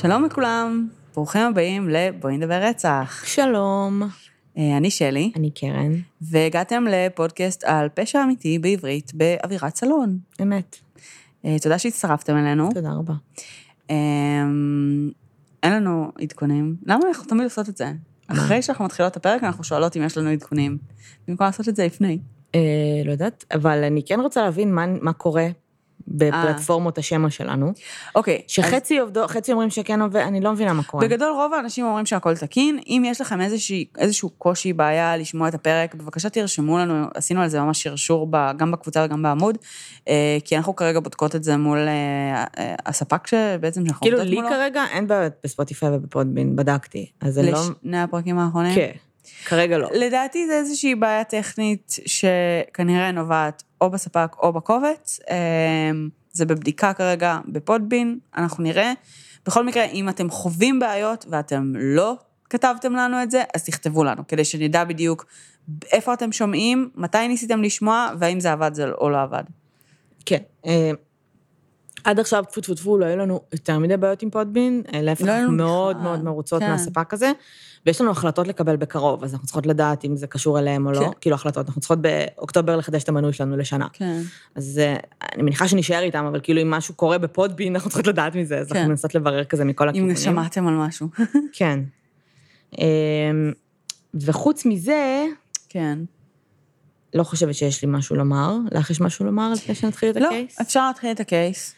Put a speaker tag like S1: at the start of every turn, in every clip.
S1: שלום לכולם, ברוכים הבאים לבואי נדבר רצח.
S2: שלום.
S1: אני שלי.
S2: אני קרן.
S1: והגעתם לפודקאסט על פשע אמיתי בעברית באווירת סלון.
S2: אמת.
S1: תודה שהצטרפתם אלינו.
S2: תודה רבה.
S1: אין לנו עדכונים. למה אנחנו תמיד לעשות את זה? אחרי שאנחנו מתחילות את הפרק, אנחנו שואלות אם יש לנו עדכונים. במקום לעשות את זה לפני.
S2: לא יודעת, אבל אני כן רוצה להבין מה קורה בפלטפורמות השמע שלנו.
S1: אוקיי.
S2: שחצי אומרים שכן עובד, אני לא מבינה מה קורה.
S1: בגדול רוב האנשים אומרים שהכל תקין. אם יש לכם איזשהו קושי, בעיה לשמוע את הפרק, בבקשה תרשמו לנו, עשינו על זה ממש שרשור גם בקבוצה וגם בעמוד, כי אנחנו כרגע בודקות את זה מול הספק שבעצם שאנחנו
S2: כאילו
S1: עובדות מולו.
S2: לי כרגע אין בספוטיפיי ובפודבין, בדקתי.
S1: לשני הפרקים האחרונים?
S2: כן, כרגע לא.
S1: לדעתי זה איזושהי בעיה טכנית שכנראה נובעת או בספק או בקובץ, זה בבדיקה כרגע בפודבין, אנחנו נראה. בכל מקרה, אם אתם חווים בעיות ואתם לא כתבתם לנו את זה, אז תכתבו לנו, כדי שנדע בדיוק איפה אתם שומעים, מתי ניסיתם לשמוע, והאם זה עבד או לא עבד.
S2: כן. עד עכשיו, טפו, לא היו לנו יותר מדי בעיות עם פודבין, להפך מאוד מאוד מרוצות מהספק הזה, ויש לנו החלטות לקבל בקרוב, אז אנחנו צריכות לדעת אם זה קשור אליהם או לא, כאילו החלטות, אנחנו צריכות באוקטובר לחדש את המנוי שלנו לשנה. אז אני מניחה שנשאר איתם, אבל כאילו אם משהו קורה בפודבין, אנחנו צריכות לדעת מזה, אז אנחנו מנסות לברר כזה מכל הכיוונים.
S1: אם שמעתם על משהו.
S2: כן. וחוץ מזה,
S1: כן.
S2: לא חושבת שיש לי משהו לומר, לך יש משהו לומר לפני שנתחיל את הקייס?
S1: לא, אפשר להתחיל את הקייס.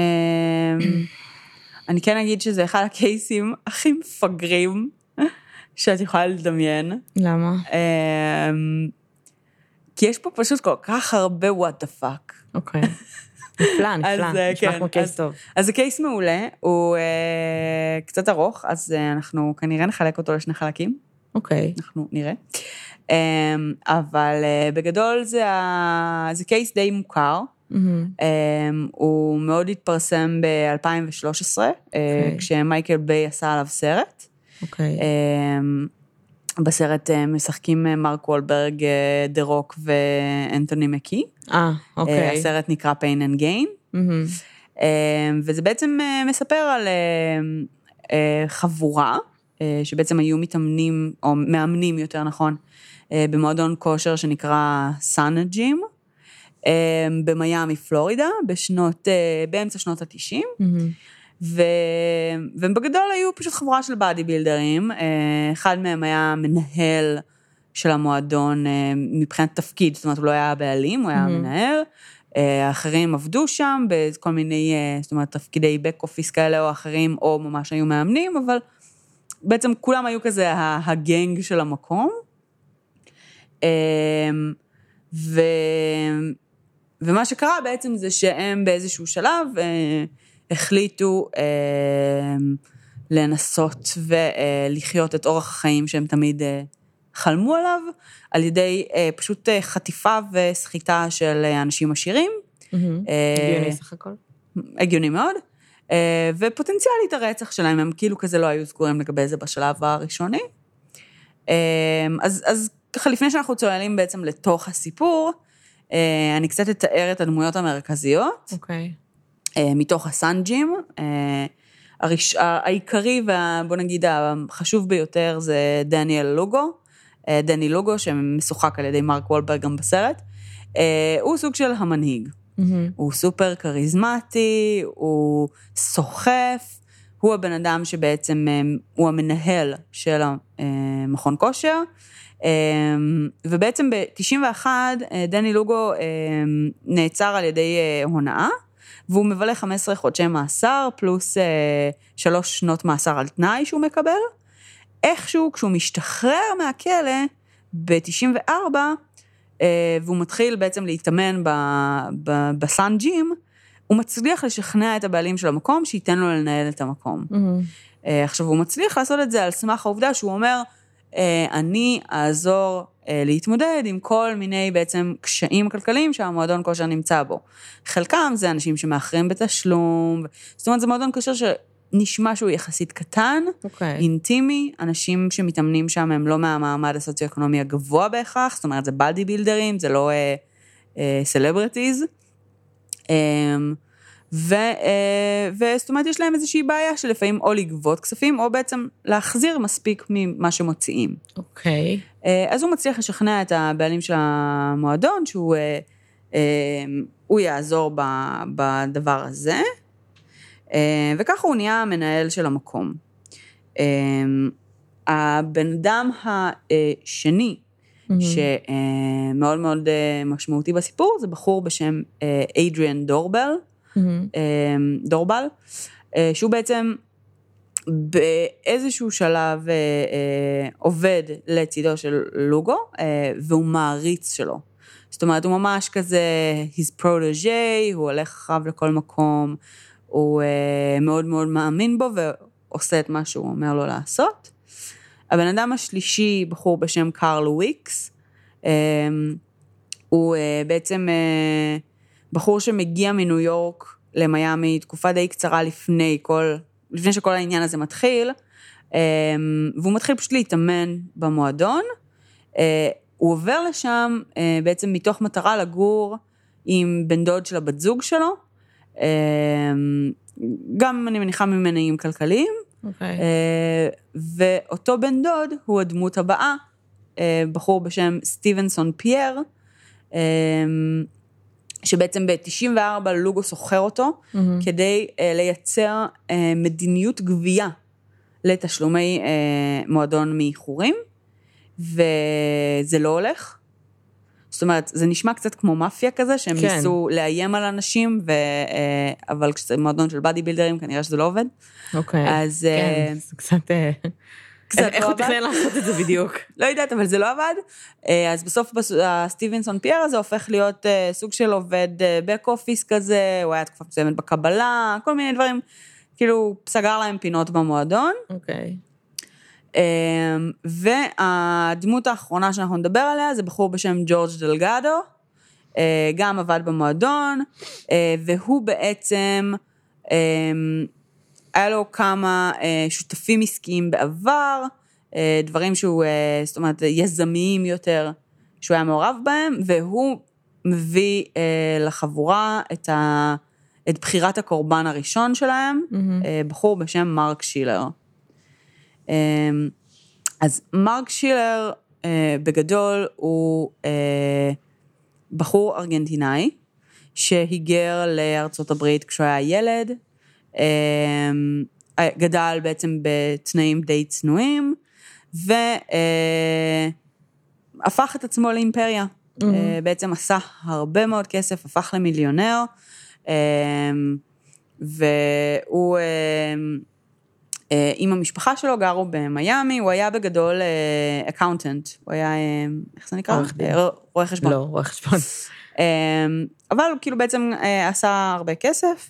S1: אני כן אגיד שזה אחד הקייסים הכי מפגרים שאת יכולה לדמיין.
S2: למה?
S1: כי יש פה פשוט כל כך הרבה what the fuck.
S2: אוקיי. נפלא, נשמע כמו קייס טוב.
S1: אז זה קייס מעולה, הוא קצת ארוך, אז אנחנו כנראה נחלק אותו לשני חלקים.
S2: אוקיי.
S1: אנחנו נראה. אבל בגדול זה קייס די מוכר, הוא מאוד התפרסם ב-2013, כשמייקל ביי עשה עליו סרט. בסרט משחקים מרק וולברג, דה רוק ואנטוני מקי. הסרט נקרא Pain and Gain. וזה בעצם מספר על חבורה, שבעצם היו מתאמנים, או מאמנים יותר נכון, במועדון כושר שנקרא סאנה ג'ים, במיימי, פלורידה, באמצע שנות ה-90, ובגדול היו פשוט חברה של באדי בילדרים, אחד מהם היה מנהל של המועדון מבחינת תפקיד, זאת אומרת הוא לא היה הבעלים, הוא היה מנהל, האחרים עבדו שם בכל מיני, זאת אומרת תפקידי בק אופיס כאלה או אחרים, או ממש היו מאמנים, אבל בעצם כולם היו כזה הגנג של המקום, ומה שקרה בעצם זה שהם באיזשהו שלב החליטו לנסות ולחיות את אורח החיים שהם תמיד חלמו עליו, על ידי פשוט חטיפה וסחיטה של אנשים עשירים.
S2: הגיוני סך הכל.
S1: הגיוני מאוד. ופוטנציאלית הרצח שלהם, הם כאילו כזה לא היו סגורים לגבי זה בשלב הראשוני. אז ככה לפני שאנחנו צוללים בעצם לתוך הסיפור, אני קצת אתאר את הדמויות המרכזיות.
S2: אוקיי.
S1: מתוך הסאנג'ים. העיקרי ובוא נגיד החשוב ביותר זה דני לוגו, שמשוחק על ידי מרק וולברג גם בסרט. הוא סוג של המנהיג. הוא סופר קריזמטי, הוא סוחף, הוא הבן אדם שבעצם הוא המנהל של המכון כושר, ובעצם ב-91 דני לוגו נעצר על ידי הונאה, והוא מבלה 15 חודשי מאסר, פלוס 3 שנות מאסר על תנאי שהוא מקבל. איכשהו, כשהוא משתחרר מהכלא, ב-94, והוא מתחיל בעצם להתאמן בסאן ג'ים, הוא מצליח לשכנע את הבעלים של המקום, שייתן לו לנהל את המקום. עכשיו, הוא מצליח לעשות את זה על סמך העובדה שהוא אומר, אני אעזור להתמודד עם כל מיני בעצם קשיים כלכליים שהמועדון כושר נמצא בו. חלקם זה אנשים שמאחרים בתשלום, זאת אומרת, זה מועדון כושר שנשמע שהוא יחסית קטן, אינטימי, אנשים שמתאמנים שם הם לא מהמעמד הסוציו-אקונומי הגבוה בהכרח, זאת אומרת, זה בלדי בילדרים, זה לא סלבריטיז, וזאת אומרת, יש להם איזושהי בעיה שלפעמים או לגבות כספים, או בעצם להחזיר מספיק ממה שמוציאים.
S2: אוקיי.
S1: אז הוא מצליח לשכנע את הבעלים של המועדון, שהוא יעזור בדבר הזה, וככה הוא נהיה המנהל של המקום. הבן אדם השני, שמאוד מאוד משמעותי בסיפור, זה בחור בשם אדריאן דורבל, שהוא בעצם באיזשהו שלב עובד לצידו של לוגו, והוא מעריץ שלו. זאת אומרת, הוא ממש כזה, his protégé, הוא הולך אחריו לכל מקום, הוא מאוד מאוד מאמין בו, ועושה את מה שהוא אומר לו לעשות. הבן אדם השלישי, בחור בשם קארל וויקס, הוא בעצם בחור שמגיע מניו יורק למיימי, תקופה די קצרה לפני שכל העניין הזה מתחיל, והוא מתחיל פשוט להתאמן במועדון, הוא עובר לשם בעצם מתוך מטרה לגור עם בן דוד של הבת זוג שלו, גם אני מניחה ממניעים כלכליים, ואותו בן דוד הוא הדמות הבאה, בחור בשם סטיבנסון פייר, שבעצם ב-94 לוגו סוחר אותו, כדי לייצר מדיניות גבייה לתשלומי מועדון מאיחורים, וזה לא הולך. זאת אומרת, זה נשמע קצת כמו מאפיה כזה, שהם ניסו לאיים על אנשים, אבל כשזה מועדון של בדי בילדרים, כנראה שזה לא עובד.
S2: אוקיי,
S1: אז
S2: כן, זה קצת איך הוא תכנן לעשות את זה בדיוק?
S1: לא יודעת, אבל זה לא עבד. אז בסוף הסטיבנסון פייר הזה הופך להיות סוג של עובד בק אופיס כזה, הוא היה תקופה מסוימת בקבלה, כל מיני דברים, כאילו סגר להם פינות במועדון.
S2: אוקיי.
S1: והדמות האחרונה שאנחנו נדבר עליה, זה בחור בשם ג'ורג' דלגדו, גם עבד במועדון, והוא בעצם, היה לו כמה שותפים עסקיים בעבר, דברים שהוא, זאת אומרת, יזמיים יותר, שהוא היה מעורב בהם, והוא מביא לחבורה את בחירת הקורבן הראשון שלהם, בחור בשם מרק שילר. אז מרק שילר בגדול הוא בחור ארגנטינאי, שהיגר לארצות הברית כשהוא היה ילד, גדל בעצם בתנאים די צנועים, והפך את עצמו לאימפריה. בעצם עשה הרבה מאוד כסף, הפך למיליונר, והוא עם המשפחה שלו גרו במיימי, הוא היה בגדול אקאונטנט, הוא היה, איך זה נקרא? רואה חשבון.
S2: לא, רואה חשבון.
S1: אבל הוא כאילו בעצם עשה הרבה כסף,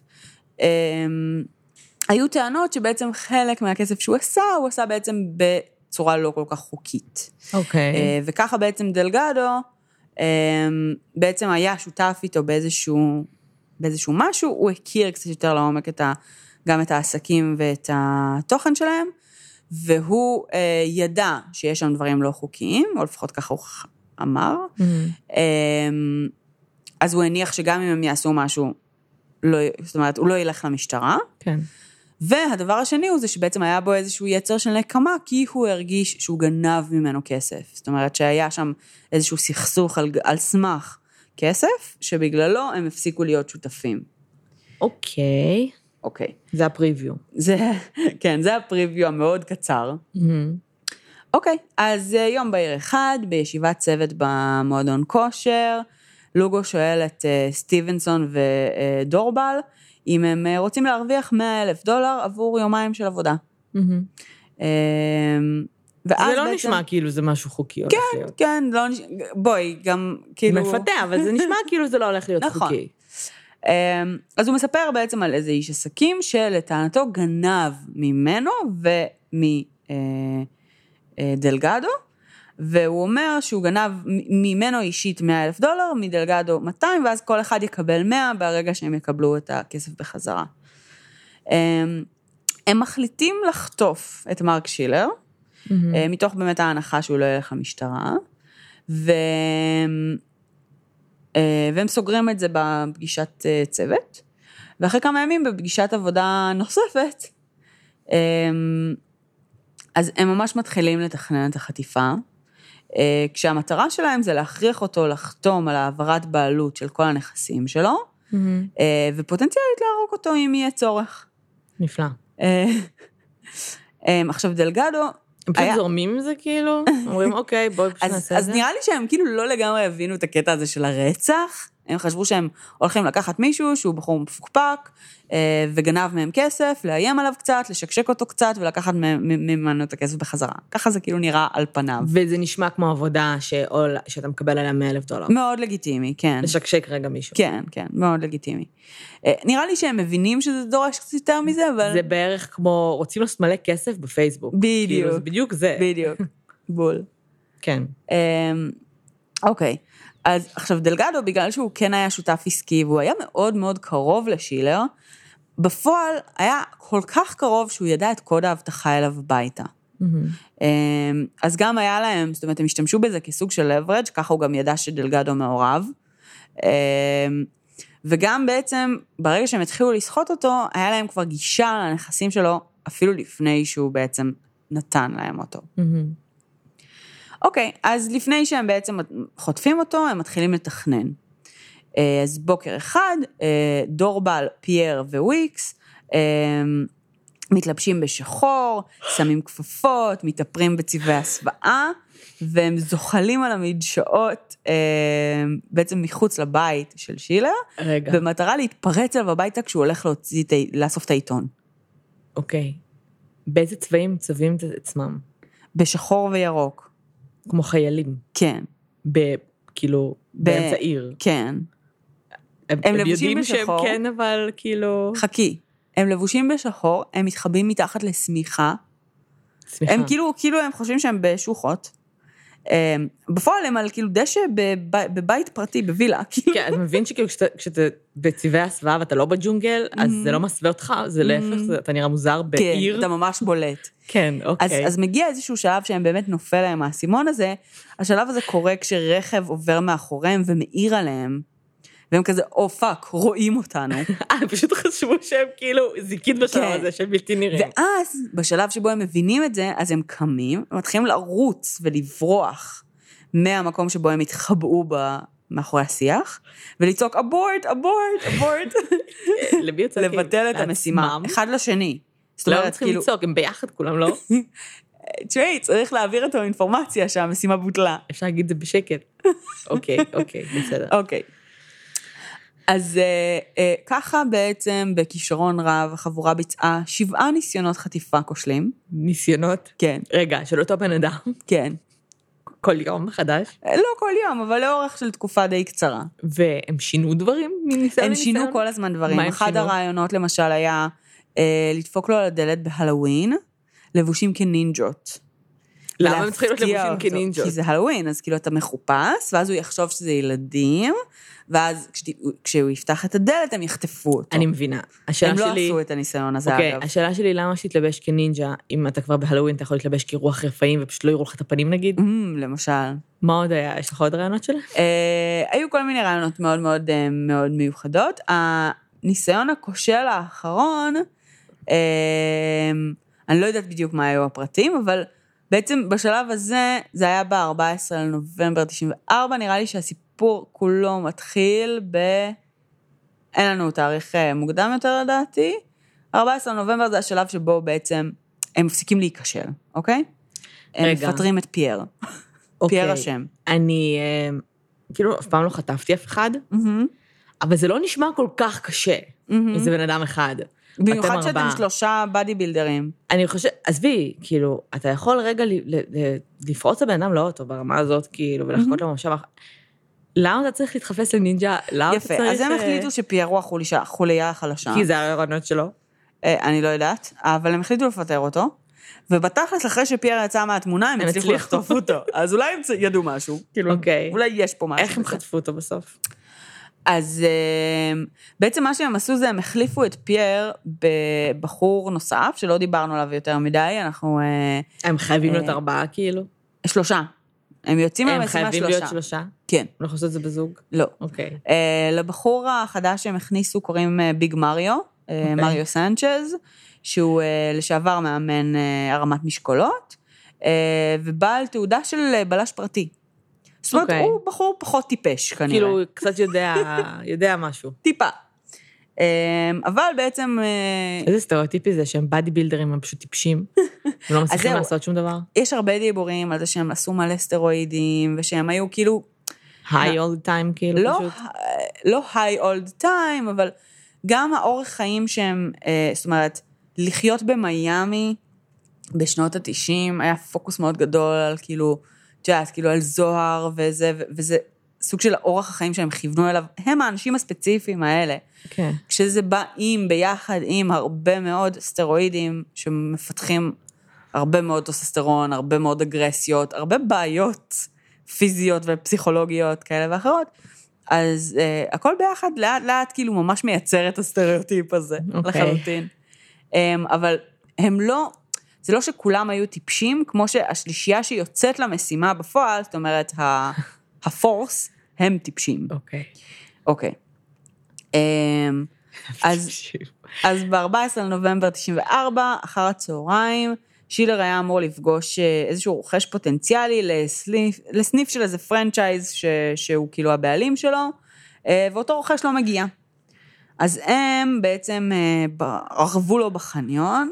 S1: היו טענות שבעצם חלק מהכסף שהוא עשה, הוא עשה בעצם בצורה לא כל כך חוקית.
S2: אוקיי.
S1: וככה בעצם דלגדו, בעצם היה שותף איתו באיזשהו משהו, הוא הכיר קצת יותר לעומק גם את העסקים ואת התוכן שלהם, והוא ידע שיש שם דברים לא חוקיים, או לפחות ככה הוא אמר, אז הוא הניח שגם אם הם יעשו משהו, זאת אומרת, הוא לא ילך למשטרה. כן. והדבר השני הוא זה שבעצם היה בו איזשהו יצר של נקמה, כי הוא הרגיש שהוא גנב ממנו כסף. זאת אומרת שהיה שם איזשהו סכסוך על סמך כסף, שבגללו הם הפסיקו להיות שותפים.
S2: אוקיי.
S1: אוקיי.
S2: זה הפריוויו.
S1: כן, זה הפריוויו המאוד קצר. אוקיי, אז יום בהיר אחד, בישיבת צוות במועדון כושר, לוגו שואל את סטיבנסון ודורבל, אם הם רוצים להרוויח $100,000 עבור יומיים של עבודה.
S2: זה לא נשמע כאילו זה משהו חוקי.
S1: כן, כן, בואי, גם כאילו...
S2: מפתה, אבל זה נשמע כאילו זה לא הולך להיות חוקי.
S1: אז הוא מספר בעצם על איזה איש עסקים, שלטענתו גנב ממנו ומדלגדו, והוא אומר שהוא גנב ממנו אישית $100,000, מדלגדו 200, ואז כל אחד יקבל 100 ברגע שהם יקבלו את הכסף בחזרה. הם מחליטים לחטוף את מרק שילר, מתוך באמת ההנחה שהוא לא ילך למשטרה, והם סוגרים את זה בפגישת צוות, ואחרי כמה ימים בפגישת עבודה נוספת, אז הם ממש מתחילים לתכנן את החטיפה, כשהמטרה שלהם זה להכריח אותו לחתום על העברת בעלות של כל הנכסים שלו, ופוטנציאלית להרוג אותו אם יהיה צורך.
S2: נפלא.
S1: עכשיו דלגדו,
S2: הם פשוט זורמים עם זה כאילו? אומרים אוקיי, בואי פשוט נעשה את זה.
S1: אז נראה לי שהם כאילו לא לגמרי הבינו את הקטע הזה של הרצח, הם חשבו שהם הולכים לקחת מישהו שהוא בחור מפוקפק, וגנב מהם כסף, לאיים עליו קצת, לשקשק אותו קצת, ולקחת ממנו את הכסף בחזרה. ככה זה כאילו נראה על פניו.
S2: וזה נשמע כמו עבודה שאתה מקבל עליה $100,000.
S1: מאוד לגיטימי, כן.
S2: לשקשק רגע מישהו.
S1: כן, כן, מאוד לגיטימי. נראה לי שהם מבינים שזה דורש קצת יותר מזה, אבל...
S2: זה בערך כמו, רוצים לעשות מלא כסף בפייסבוק.
S1: בדיוק.
S2: זה בדיוק זה.
S1: בדיוק. בול.
S2: כן.
S1: אוקיי. אז עכשיו דלגדו, בגלל שהוא כן היה שותף עסקי, והוא היה מאוד מאוד קרוב לשילר, בפועל היה כל כך קרוב שהוא ידע את קוד ההבטחה אליו הביתה. אז גם היה להם, זאת אומרת, הם השתמשו בזה כסוג של leverage, ככה הוא גם ידע שדלגדו מעורב, וגם בעצם, ברגע שהם התחילו לסחוט אותו, היה להם כבר גישה לנכסים שלו, אפילו לפני שהוא בעצם נתן להם אותו. אוקיי, אז לפני שהם בעצם חוטפים אותו, הם מתחילים לתכנן. אז בוקר אחד, דורבל, פייר וויקס, מתלבשים בשחור, שמים כפפות, מתאפרים בצבעי הסוואה, והם זוחלים על המדשאות, בעצם מחוץ לבית של שילר, במטרה להתפרץ עליו הביתה כשהוא הולך לאסוף את העיתון.
S2: אוקיי. באיזה צבעים צבעים את עצמם?
S1: בשחור וירוק.
S2: כמו חיילים.
S1: כן.
S2: כאילו, באמצע עיר.
S1: כן.
S2: הם לבושים בשחור. כן, אבל כאילו...
S1: חכי. הם לבושים בשחור, הם מתחבאים מתחת לשמיכה.
S2: סמיכה.
S1: הם כאילו הם חושבים שהם בשוחות. בפועל הם על כאילו דשא בבית פרטי, בווילה.
S2: כן, אתה מבין שכאילו כשאתה בצבעי הסוואה ואתה לא בג'ונגל, אז זה לא מסווה אותך, זה להפך, אתה נראה מוזר בעיר.
S1: כן, אתה ממש בולט.
S2: כן, אוקיי.
S1: אז מגיע איזשהו שלב שהם באמת נופל להם מהסימון הזה, השלב הזה קורה כשרכב עובר מאחוריהם ומאיר עליהם, והם כזה, פאק, רואים אותנו.
S2: פשוט חשבו שהם כאילו זיקית בשלב הזה, שהם בלתי נראים.
S1: ואז, בשלב שבו הם מבינים את זה, אז הם קמים, ומתחילים לרוץ ולברוח מהמקום שבו הם התחבאו מאחורי השיח, ולצעוק, אבורט, אבורט, אבורט.
S2: למי יוצא?
S1: לבטל את המשימה, אחד לשני.
S2: לא צריכים לצעוק, הם ביחד כולם, לא?
S1: תשמעי, צריך להעביר אותו אינפורמציה שהמשימה בוטלה.
S2: אפשר להגיד את זה בשקט. אוקיי, בסדר.
S1: אוקיי. אז ככה בעצם בכישרון רב, החבורה ביצעה 7 ניסיונות חטיפה כושלים.
S2: ניסיונות?
S1: כן.
S2: רגע, של אותו בן אדם?
S1: כן.
S2: כל יום מחדש?
S1: לא כל יום, אבל לאורך של תקופה די קצרה.
S2: והם שינו דברים מניסיון?
S1: הם שינו כל הזמן דברים. אחד הרעיונות למשל היה לדפוק לו על הדלת בהלווין, לבושים כנינג'ות.
S2: למה הם צריכים להיות לבושים כנינג'ות?
S1: כי זה הלווין, אז כאילו אתה מחופש, ואז הוא יחשוב שזה ילדים, ואז כשהוא יפתח את הדלת, הם יחטפו אותו.
S2: אני מבינה.
S1: הם לא עשו את הניסיון הזה, אגב.
S2: אוקיי, השאלה שלי, למה שתתלבש כנינג'ה, אם אתה כבר בהלווין, אתה יכול להתלבש כרוח רפאים, ופשוט לא יראו לך את הפנים, נגיד?
S1: למשל.
S2: מה עוד היה? יש לך עוד רעיונות שלה?
S1: היו כל מיני רעיונות מאוד מאוד מאוד מיוחדות. הניסיון הכושל האחרון, אני לא יודעת בדיוק מה היו הפרטים, אבל בעצם בשלב הזה, זה היה ב-14 לנובמבר 94, נראה לי שהסיפור כולו מתחיל אין לנו תאריך מוקדם יותר לדעתי, 14 לנובמבר זה השלב שבו בעצם הם מפסיקים להיכשל, אוקיי? הם מפטרים את פייר. פייר השם.
S2: אני, כאילו, אף פעם לא חטפתי אף אחד, אבל זה לא נשמע כל כך קשה, איזה בן אדם אחד.
S1: במיוחד שאתם 3 בדי בילדרים.
S2: אני חושב, עזבי, כאילו, אתה יכול רגע לפרוץ לבן אדם לא טוב ברמה הזאת, כאילו, ולחכות לו ממש. למה אתה צריך להתחפש לנינג'ה?
S1: יפה, אז הם החליטו שפייר הוא החוליה החלשה.
S2: כי זה הרעיונות שלו.
S1: אני לא יודעת, אבל הם החליטו לפטר אותו, ובתכלס אחרי שפייר יצא מהתמונה, הם הצליחו לחטוף אותו. אז אולי הם ידעו משהו.
S2: אוקיי.
S1: אולי יש פה משהו.
S2: איך הם חטפו אותו בסוף?
S1: אז בעצם מה שהם עשו זה, הם החליפו את פייר בבחור נוסף, שלא דיברנו עליו יותר מדי, אנחנו...
S2: הם חייבים להיות 4 כאילו?
S1: 3. הם יוצאים למשימה 3.
S2: הם חייבים להיות 3?
S1: כן.
S2: לא חושבת את זה בזוג?
S1: לא.
S2: אוקיי.
S1: לבחור החדש שהם הכניסו קוראים ביג מריו, מריו סנצ'ז, שהוא לשעבר מאמן הרמת משקולות, ובעל תעודה של בלש פרטי. זאת אומרת, הוא בחור פחות טיפש כנראה.
S2: כאילו, קצת יודע משהו.
S1: טיפה. אבל בעצם...
S2: איזה סטריאוטיפי זה שהם בדי בילדרים, הם פשוט טיפשים, ולא מצליחים לעשות שום דבר.
S1: יש הרבה דיבורים על זה שהם עשו מלא סטרואידים, ושהם היו כאילו...
S2: היי אולד טיים, כאילו פשוט.
S1: לא היי אולד טיים, אבל גם האורך חיים שהם, זאת אומרת, לחיות במיימי בשנות ה-90, היה פוקוס מאוד גדול על כאילו, ג'אז, כאילו על זוהר וזה סוג של האורח החיים שהם כיוונו אליו, הם האנשים הספציפיים האלה.
S2: כן.
S1: כשזה באים ביחד עם הרבה מאוד סטרואידים שמפתחים הרבה מאוד טוסטסטרון, הרבה מאוד אגרסיות, הרבה בעיות פיזיות ופסיכולוגיות כאלה ואחרות, אז הכל ביחד לאט לאט כאילו ממש מייצר את הסטריאוטיפ הזה, לחלוטין. אבל הם לא, זה לא שכולם היו טיפשים, כמו שהשלישייה שיוצאת למשימה בפועל, זאת אומרת, הפורס, הם טיפשים. אוקיי. אז ב-14 לנובמבר 94, אחר הצהריים, שילר היה אמור לפגוש איזשהו רוכש פוטנציאלי לסניף של איזה פרנצ'ייז שהוא כאילו הבעלים שלו, ואותו רוכש לא מגיע. אז הם בעצם ערבו לו בחניון,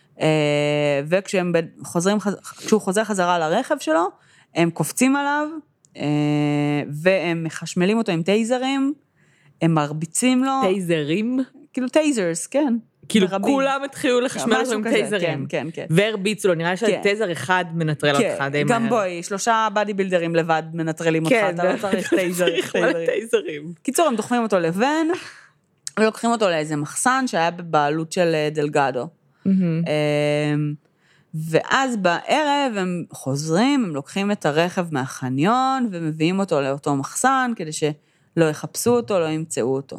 S1: וכשהוא חוזר חזרה לרכב שלו, הם קופצים עליו, והם מחשמלים אותו עם טייזרים, הם מרביצים לו.
S2: טייזרים?
S1: כאילו טייזרס, כן.
S2: כאילו כולם התחילו לחשמל אותו עם טייזרים.
S1: כן, כן.
S2: והרביצו לו, נראה לי שטייזר אחד מנטרל אותך די מהר.
S1: גם בואי, 3 בדי בילדרים לבד מנטרלים אותך, אתה לא צריך
S2: טייזרים.
S1: קיצור, הם דוחפים אותו לבן, ולוקחים אותו לאיזה מחסן שהיה בבעלות של דלגדו. ואז בערב הם חוזרים, הם לוקחים את הרכב מהחניון, ומביאים אותו לאותו מחסן, כדי שלא יחפשו אותו, לא ימצאו אותו.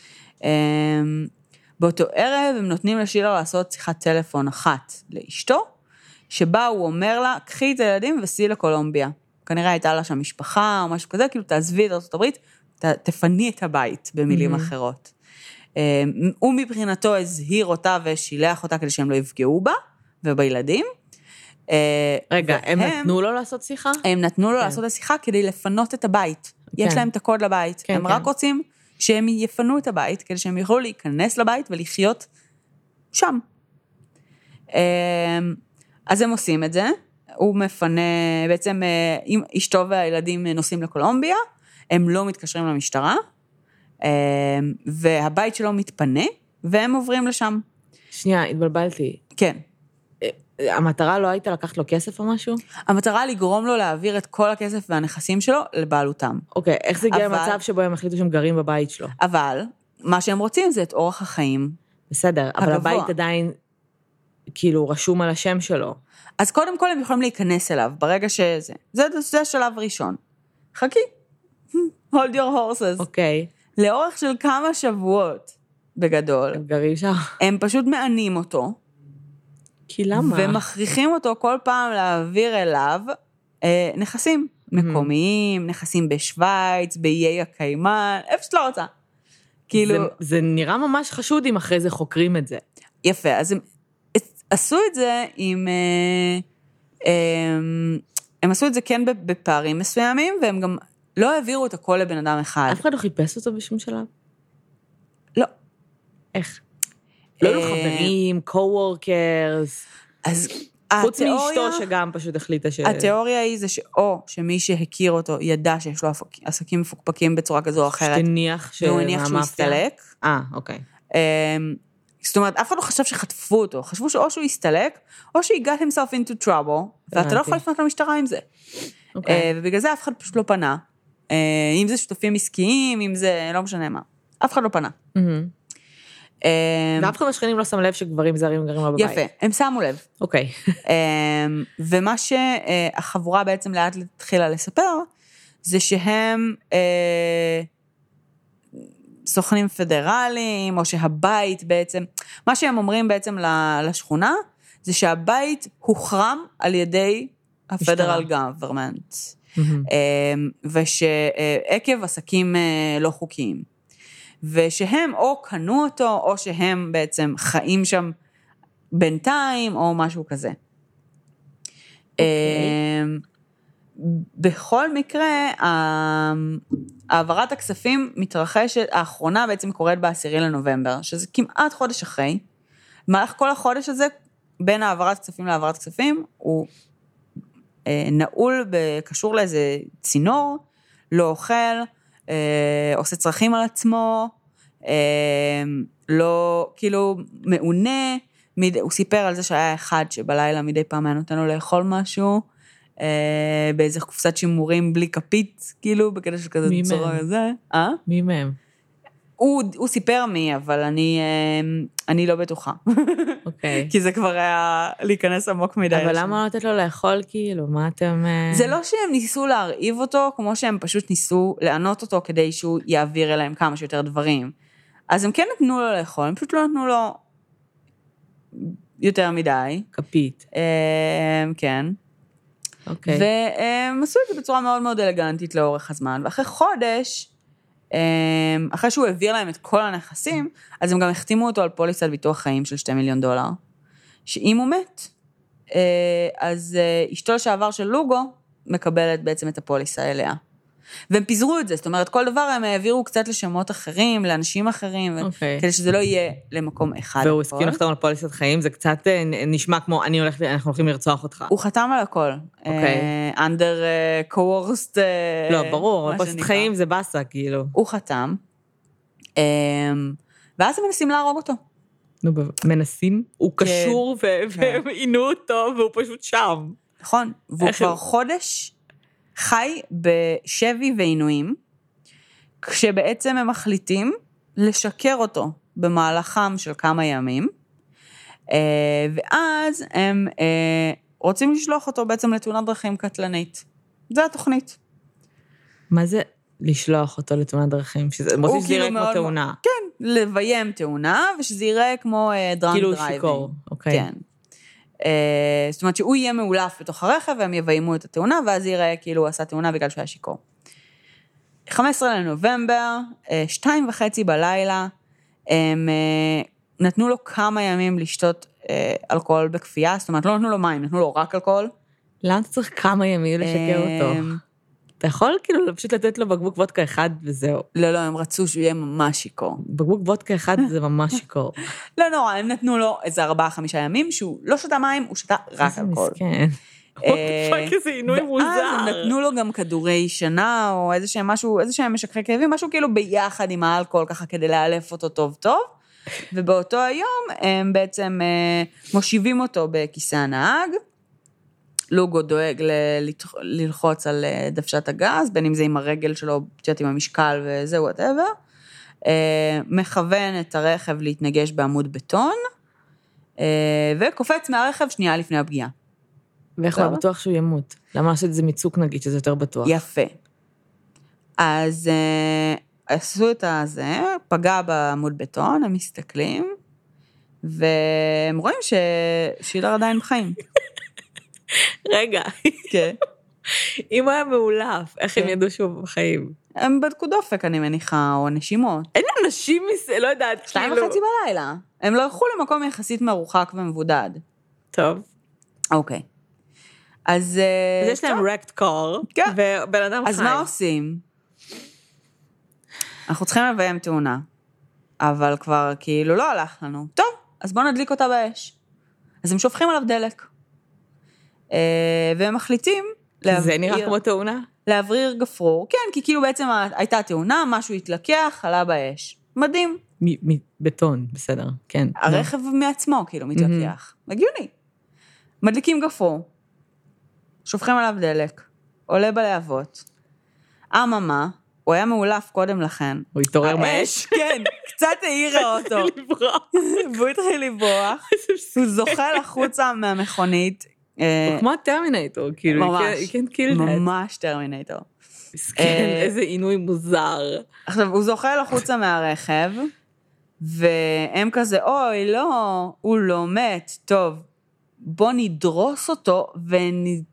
S1: באותו ערב הם נותנים לשילר לעשות שיחת טלפון אחת לאשתו, שבה הוא אומר לה, קחי את הילדים וסעי לקולומביה. כנראה הייתה לה שם משפחה או משהו כזה, כאילו תעזבי את ארצות הברית, תפני את הבית במילים אחרות. הוא מבחינתו הזהיר אותה ושילח אותה כדי שהם לא יפגעו בה ובילדים.
S2: רגע, הם נתנו לו לעשות שיחה?
S1: הם נתנו לו לעשות את השיחה כדי לפנות את הבית. יש להם את הקוד לבית. הם רק רוצים שהם יפנו את הבית, כדי שהם יוכלו להיכנס לבית ולחיות שם. אז הם עושים את זה. הוא מפנה, בעצם אשתו והילדים נוסעים לקולומביה, הם לא מתקשרים למשטרה, והבית שלו מתפנה, והם עוברים לשם.
S2: שנייה, התבלבלתי.
S1: כן.
S2: המטרה לא הייתה לקחת לו כסף או משהו?
S1: המטרה לגרום לו להעביר את כל הכסף והנכסים שלו לבעלותם.
S2: אוקיי, איך זה הגיע למצב שבו הם החליטו שהם גרים בבית שלו?
S1: אבל, מה שהם רוצים זה את אורח החיים.
S2: בסדר, אבל הבית עדיין, כאילו, רשום על השם שלו.
S1: אז קודם כל הם יכולים להיכנס אליו, ברגע שזה. זה השלב ראשון. חכי. hold your horses.
S2: אוקיי.
S1: לאורך של כמה שבועות, בגדול.
S2: הם גרים שם.
S1: הם פשוט מענים אותו.
S2: כי למה?
S1: ומכריחים אותו כל פעם להעביר אליו נכסים מקומיים, נכסים בשוויץ, באיי הקיימן, איפה שאת לא רוצה. כאילו...
S2: זה נראה ממש חשוד אם אחרי זה חוקרים את זה.
S1: יפה, אז הם עשו את זה עם... הם עשו את זה כן בפערים מסוימים, והם גם לא העבירו את הכל לבן אדם אחד.
S2: אף אחד לא חיפש אותו בשום שלב?
S1: לא.
S2: איך? לא היו חברים, קו-וורקרס,
S1: אז
S2: חוץ מאשתו שגם פשוט החליטה
S1: התיאוריה היא זה שאו שמי שהכיר אותו ידע שיש לו עסקים מפוקפקים בצורה כזו או אחרת.
S2: שתניח
S1: והוא הניח שהוא יסתלק.
S2: אוקיי.
S1: זאת אומרת, אף אחד לא חשב שחטפו אותו, חשבו שאו שהוא יסתלק, או שהוא got himself into trouble, ואתה לא יכול לפנות למשטרה עם זה. ובגלל זה אף אחד פשוט לא פנה. אם זה שותפים עסקיים, אם זה לא משנה מה. אף אחד לא פנה.
S2: ואף אחד מהשכנים לא שם לב שגברים זרים גרים לו בבית.
S1: יפה, הם שמו לב.
S2: אוקיי.
S1: ומה שהחבורה בעצם לאט התחילה לספר, זה שהם סוכנים פדרליים, או שהבית בעצם, מה שהם אומרים בעצם לשכונה, זה שהבית הוחרם על ידי הפדרל גוברמנט. ושעקב עסקים לא חוקיים. ושהם או קנו אותו, או שהם בעצם חיים שם בינתיים, או משהו כזה. בכל מקרה, העברת הכספים מתרחשת, האחרונה בעצם קורית ב10 לנובמבר, שזה כמעט חודש אחרי. במהלך כל החודש הזה, בין העברת כספים להעברת כספים, הוא נעול קשור לאיזה צינור, לא אוכל, עושה צרכים על עצמו, לא, כאילו, מעונה, הוא סיפר על זה שהיה אחד שבלילה מדי פעם היה נותן לו לאכול משהו, באיזה קופסת שימורים בלי כפית, כאילו, בקטע של כזה צורה כזה.
S2: מי מהם?
S1: הוא סיפר מי, אבל אני לא בטוחה.
S2: אוקיי.
S1: כי זה כבר היה להיכנס עמוק מדי.
S2: אבל למה לא לתת לו לאכול, כאילו? מה אתם...
S1: זה לא שהם ניסו להרעיב אותו, כמו שהם פשוט ניסו לענות אותו, כדי שהוא יעביר אליהם כמה שיותר דברים. אז הם כן נתנו לו לאכול, הם פשוט לא נתנו לו יותר מדי.
S2: כפית.
S1: כן.
S2: אוקיי.
S1: והם עשו את זה בצורה מאוד מאוד אלגנטית לאורך הזמן, ואחרי חודש, אחרי שהוא העביר להם את כל הנכסים, אז הם גם החתימו אותו על פוליסת ביטוח חיים של $2 מיליון, שאם הוא מת, אז אשתו לשעבר של לוגו, מקבלת בעצם את הפוליסה אליה. והם פיזרו את זה, זאת אומרת, כל דבר הם העבירו קצת לשמות אחרים, לאנשים אחרים, כדי שזה לא יהיה למקום אחד.
S2: והוא הסכים לחתום על פוליסת חיים, זה קצת נשמע כמו, אנחנו הולכים לרצוח אותך.
S1: הוא חתם על הכל. under coerced...
S2: לא, ברור, פוליסת חיים זה בסה, כאילו.
S1: הוא חתם, ואז הם מנסים להרוג אותו.
S2: מנסים? הוא קשור והם עינו אותו, והוא פשוט שם.
S1: נכון, והוא כבר חודש חי בשבי ועינויים, כשבעצם הם מחליטים לשקר אותו במהלכם של כמה ימים, ואז הם רוצים לשלוח אותו בעצם לתאונת דרכים קטלנית. זה התוכנית.
S2: מה זה לשלוח אותו לתאונת דרכים? הם רוצים שזה יראה כמו תאונה.
S1: כן, לביים תאונה, ושזה יראה כמו דרנק דרייבינג.
S2: כאילו שיקור, אוקיי.
S1: כן. זאת אומרת שהוא יהיה מאולף בתוך הרכב, והם יביימו את התאונה, ואז יראה כאילו הוא עשה תאונה בגלל שהוא היה שיקור. 15 לנובמבר, 2:30 בלילה, הם נתנו לו כמה ימים לשתות אלכוהול בכפייה, זאת אומרת לא נתנו לו מים, נתנו לו רק אלכוהול.
S2: למה אתה צריך כמה ימים לשקר אותו? אתה יכול כאילו פשוט לתת לו בקבוק וודקה אחד וזהו.
S1: לא, הם רצו שהוא יהיה ממש שיקור.
S2: בקבוק וודקה אחד זה ממש שיקור.
S1: לא נורא, הם נתנו לו איזה 4-5 ימים, שהוא לא שתה מים, הוא שתה רק אלכוהול.
S2: מסכן. פאק, איזה עינוי מוזר.
S1: ואז הם נתנו לו גם כדורי שינה, או איזה שהם משככי כאבים, משהו כאילו ביחד עם האלכוהול, ככה כדי לאלף אותו טוב טוב, ובאותו היום הם בעצם מושיבים אותו בכיסא הנהג, לוגו דואג ללחוץ על דוושת הגז, בין אם זה עם הרגל שלו, עם המשקל וזה, whatever, מכוון את הרכב להתנגש בעמוד בטון, וקופץ מהרכב שנייה לפני הפגיעה.
S2: ואיך הוא בטוח שהוא ימות? למה לעשות את זה מצוק נגיד, שזה יותר בטוח?
S1: יפה. אז עשו את הזה, פגע בעמוד בטון, הם מסתכלים, והם רואים ששילר עדיין בחיים.
S2: רגע.
S1: כן.
S2: אם הוא היה מאולף, איך הם ידעו שהוא בחיים?
S1: הם בדקו דופק, אני מניחה, או נשימות.
S2: אין אנשים, לא יודעת,
S1: 2:30 בלילה. הם לא הלכו למקום יחסית מרוחק ומבודד.
S2: טוב.
S1: אוקיי. אז
S2: יש להם wrecked car, ובן אדם חי.
S1: אז מה עושים? אנחנו צריכים לביים תאונה, אבל כבר כאילו לא הלך לנו. טוב, אז בואו נדליק אותה באש. אז הם שופכים עליו דלק. והם מחליטים
S2: זה נראה כמו תאונה?
S1: להבריר גפרור. כן, כי כאילו בעצם הייתה תאונה, משהו התלקח, עלה באש. מדהים.
S2: בטון, בסדר, כן.
S1: הרכב מעצמו כאילו מתלקח. הגיוני. מדליקים גפרור, שופכים עליו דלק, עולה בלהבות. אממה, הוא היה מאולף קודם לכן.
S2: הוא התעורר מהאש?
S1: כן, קצת העירה אותו. והוא התחיל לברוח. הוא זוחל החוצה מהמכונית.
S2: הוא כמו הטרמינטור, כאילו.
S1: ממש טרמינטור.
S2: מסכן, איזה עינוי מוזר.
S1: עכשיו, הוא זוחל החוצה מהרכב, והם כזה, אוי, לא, הוא לא מת. טוב, בוא נדרוס אותו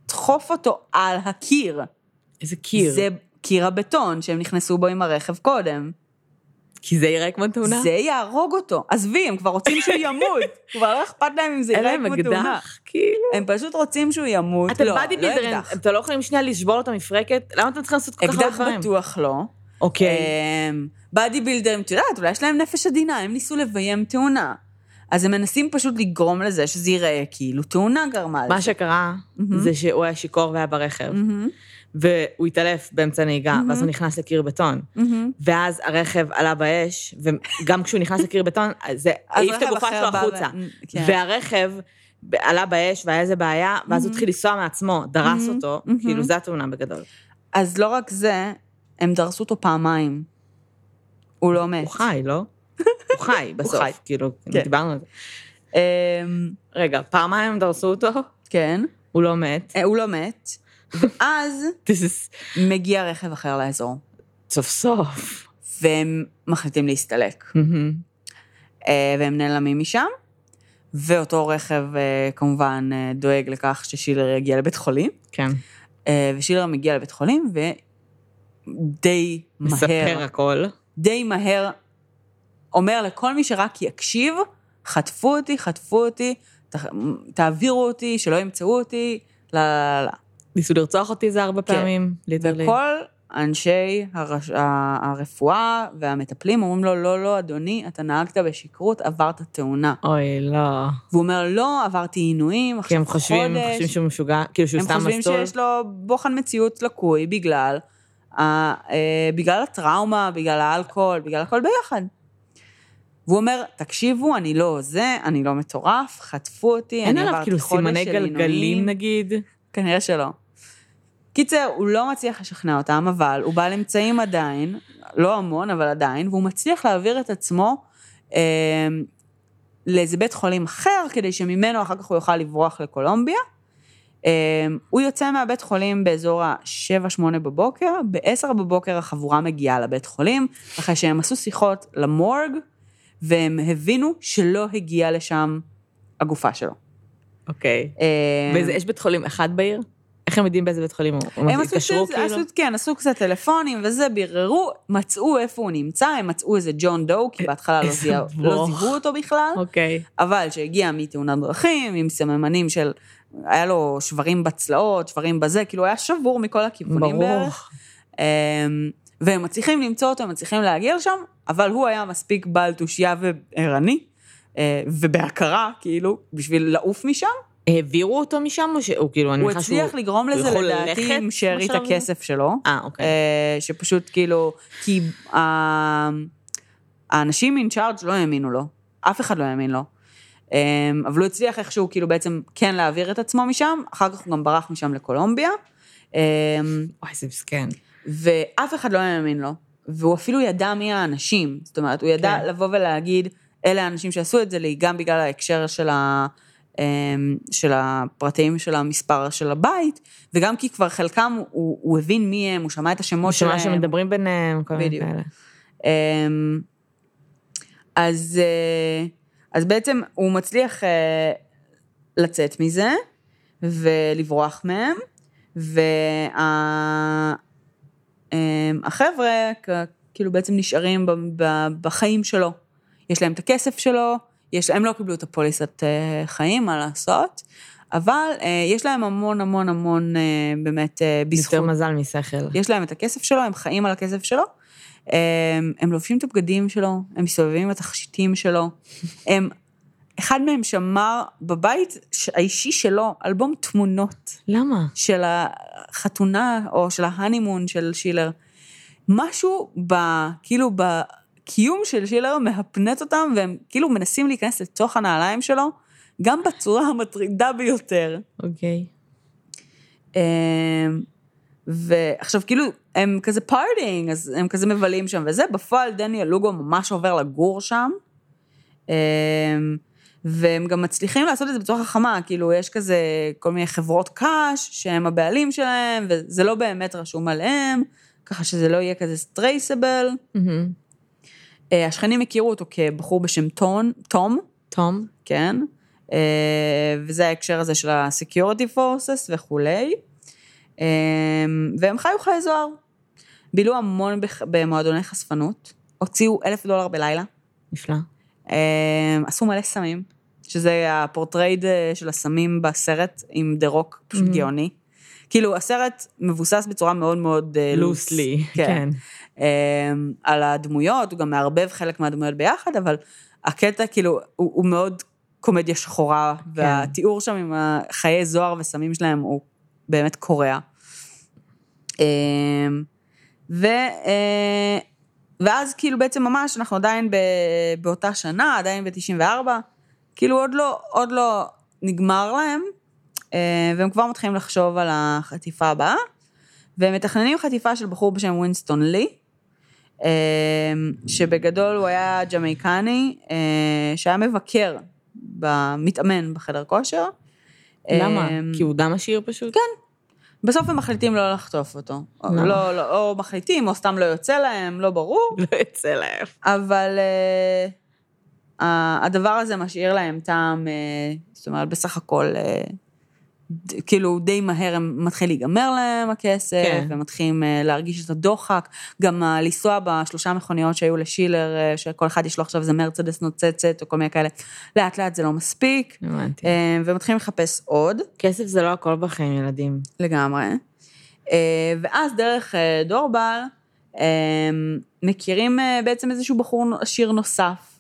S1: לדחוף אותו על הקיר.
S2: איזה קיר?
S1: זה קיר הבטון שהם נכנסו בו עם הרכב קודם.
S2: כי זה יראה כמו תאונה?
S1: זה יהרוג אותו. עזבי, הם כבר רוצים שהוא ימות. כבר לא אכפת להם אם זה יראה כמו תאונה.
S2: אקדח, כאילו.
S1: הם פשוט רוצים שהוא ימות.
S2: אתם באדי בילדרים, אתם לא יכולים שנייה לשבור לו את המפרקת? למה אתם צריכים לעשות כל כך הרבה דברים?
S1: אקדח בטוח לא.
S2: אוקיי.
S1: באדי בילדרים, את יודעת, אולי יש להם נפש עדינה, הם ניסו לביים תאונה. אז הם מנסים פשוט לגרום לזה שזה ייראה כאילו תאונה גרמה לזה.
S2: מה שקרה זה שהוא היה שיקור והיה ברכב. והוא התעלף באמצע נהיגה, ואז הוא נכנס לקיר בטון, ואז הרכב עלה באש, וגם כשהוא נכנס לקיר בטון, זה העיף את הגופה שלו החוצה, והרכב עלה באש, והיה איזה בעיה, ואז הוא התחיל לנסוע מעצמו, דרס אותו, כאילו זה התאונה בגדול.
S1: אז לא רק זה, הם דרסו אותו פעמיים. הוא לא מת.
S2: הוא חי, לא? הוא חי בסוף, כאילו, דיברנו על זה. רגע, פעמיים הם דרסו אותו?
S1: כן.
S2: הוא לא מת.
S1: הוא לא מת. ואז מגיע רכב אחר לאזור.
S2: סוף סוף.
S1: והם מחליטים להסתלק. והם נעלמים משם, ואותו רכב כמובן דואג לכך ששילר יגיע לבית חולים.
S2: כן.
S1: ושילר מגיע לבית חולים, ודי מהר.
S2: מספר הכל.
S1: די מהר אומר לכל מי שרק יקשיב, חטפו אותי, תעבירו אותי, שלא ימצאו אותי,
S2: ניסו לרצוח אותי זה 4 פעמים.
S1: וכל אנשי הרפואה והמטפלים אומרים לו, לא, אדוני, אתה נהגת בשכרות, עברת תאונה.
S2: אוי, לא.
S1: והוא אומר, לא, עברתי עינויים,
S2: כי הם חושבים שהוא משוגע, כאילו שהוא סתם מסתול.
S1: הם חושבים שיש לו בוחן מציאות לקוי בגלל הטראומה, בגלל האלכוהול, בגלל הכל ביחד. והוא אומר, תקשיבו, אני לא מטורף, חטפו אותי,
S2: אין עליו כאילו סימני גלגלים נגיד?
S1: כנראה שלא. קיצר, הוא לא מצליח לשכנע אותם, אבל הוא בא לאמצעים עדיין, לא המון, אבל עדיין, והוא מצליח להעביר את עצמו לאיזה בית חולים אחר, כדי שממנו אחר כך הוא יוכל לברוח לקולומביה. הוא יוצא מהבית חולים באזור ה-7-8 בבוקר, ב-10 בבוקר החבורה מגיעה לבית חולים, אחרי שהם עשו שיחות למורג, והם הבינו שלא הגיעה לשם הגופה שלו.
S2: אוקיי. ויש בית חולים אחד בעיר? איך הם יודעים באיזה בית חולים?
S1: הם עשו קצת טלפונים וזה, ביררו, מצאו איפה הוא נמצא, הם מצאו איזה ג'ון דו, כי בהתחלה לא זיהו אותו בכלל, אבל שהגיע מתאונת דרכים, עם סממנים של, היה לו שברים בצלעות, שברים בזה, כאילו היה שבור מכל הכיוונים בערך. והם מצליחים למצוא אותו, הם מצליחים להגיע לשם, אבל הוא היה מספיק בעל תושייה וערני, ובהכרה, כאילו, בשביל לעוף משם.
S2: העבירו אותו משם, או שהוא כאילו,
S1: הוא הצליח לגרום לזה לדעתי עם שארית הכסף שלו.
S2: אוקיי.
S1: שפשוט כאילו, כי האנשים in charge לא האמינו לו, אף אחד לא האמין לו. אבל הוא הצליח איכשהו כאילו בעצם כן להעביר את עצמו משם, אחר כך הוא גם ברח משם לקולומביה.
S2: וואי, זה מסכן.
S1: ואף אחד לא האמין לו, והוא אפילו ידע מי האנשים, זאת אומרת, הוא ידע לבוא ולהגיד, אלה האנשים שעשו את זה לי, גם בגלל ההקשר של הפרטים של המספר של הבית, וגם כי כבר חלקם הוא הבין מי הם, הוא שמע את השמות שלהם.
S2: הוא שמע שמדברים ביניהם, כל מיני כאלה.
S1: אז בעצם הוא מצליח לצאת מזה, ולברוח מהם, והחבר'ה כאילו בעצם נשארים בחיים שלו. יש להם את הכסף שלו, הם לא קיבלו את הפוליסת חיים, מה לעשות, אבל יש להם המון המון המון באמת בזכות.
S2: יותר מזל משכל.
S1: יש להם את הכסף שלו, הם חיים על הכסף שלו, הם לובשים את הבגדים שלו, הם מסתובבים עם התכשיטים שלו, אחד מהם שמר בבית האישי שלו אלבום תמונות.
S2: למה?
S1: של החתונה או של ההנימון של שילר. משהו כאילו בקיום של שילר מהפנט אותם, והם כאילו מנסים להיכנס לתוך הנעליים שלו, גם בצורה המטרידה ביותר.
S2: אוקיי.
S1: ועכשיו כאילו הם כזה פארטינג, אז הם כזה מבלים שם, וזה בפועל דניאל לוגו ממש עובר לגור שם, והם גם מצליחים לעשות את זה בצורה חכמה, כאילו יש כזה כל מיני חברות קש, שהם הבעלים שלהם, וזה לא באמת רשום עליהם, ככה שזה לא יהיה כזה טרייסבל. השכנים הכירו אותו כבחור בשם תום.
S2: תום?
S1: כן. וזה ההקשר הזה של ה-Security Forces וכולי, והם חיו חיי זוהר, בילו המון במועדוני חשפנות, הוציאו $1,000 בלילה.
S2: נפלא.
S1: עשו מלא סמים, שזה הפורטרייד של הסמים בסרט עם דה רוק, פשוט גאוני. כאילו, הסרט מבוסס בצורה מאוד מאוד
S2: לוסלי, כן.
S1: על הדמויות, הוא גם מערבב חלק מהדמויות ביחד, אבל הקטע כאילו, הוא מאוד קומדיה שחורה, והתיאור שם עם חיי זוהר וסמים שלהם, הוא באמת קורע. ואז כאילו בעצם ממש, אנחנו עדיין באותה שנה, עדיין ב-94, כאילו עוד לא נגמר להם, והם כבר מתחילים לחשוב על החטיפה הבאה, והם מתכננים חטיפה של בחור בשם ווינסטון לי, שבגדול הוא היה ג'מייקני, שהיה מבקר, מתאמן בחדר כושר.
S2: למה? כי הוא דם עשיר פשוט?
S1: כן. בסוף הם מחליטים לא לחטוף אותו. או מחליטים, או סתם לא יוצא להם, לא ברור.
S2: לא יוצא להם.
S1: אבל הדבר הזה משאיר להם טעם, זאת אומרת, בסך הכל, כאילו די מהר הם מתחיל להיגמר להם הכסף, והם מתחילים להרגיש את הדוחק, גם לנסוע בשלושה מכוניות שהיו לשילר, שכל אחד יש לו עכשיו איזה מרצדס נוצצת, או כל מיני כאלה, לאט לאט זה לא מספיק, והם מתחילים לחפש עוד.
S2: כסף זה לא הכל בחיים, ילדים.
S1: לגמרי. ואז דרך דורבל, מכירים בעצם איזשהו בחור עשיר נוסף,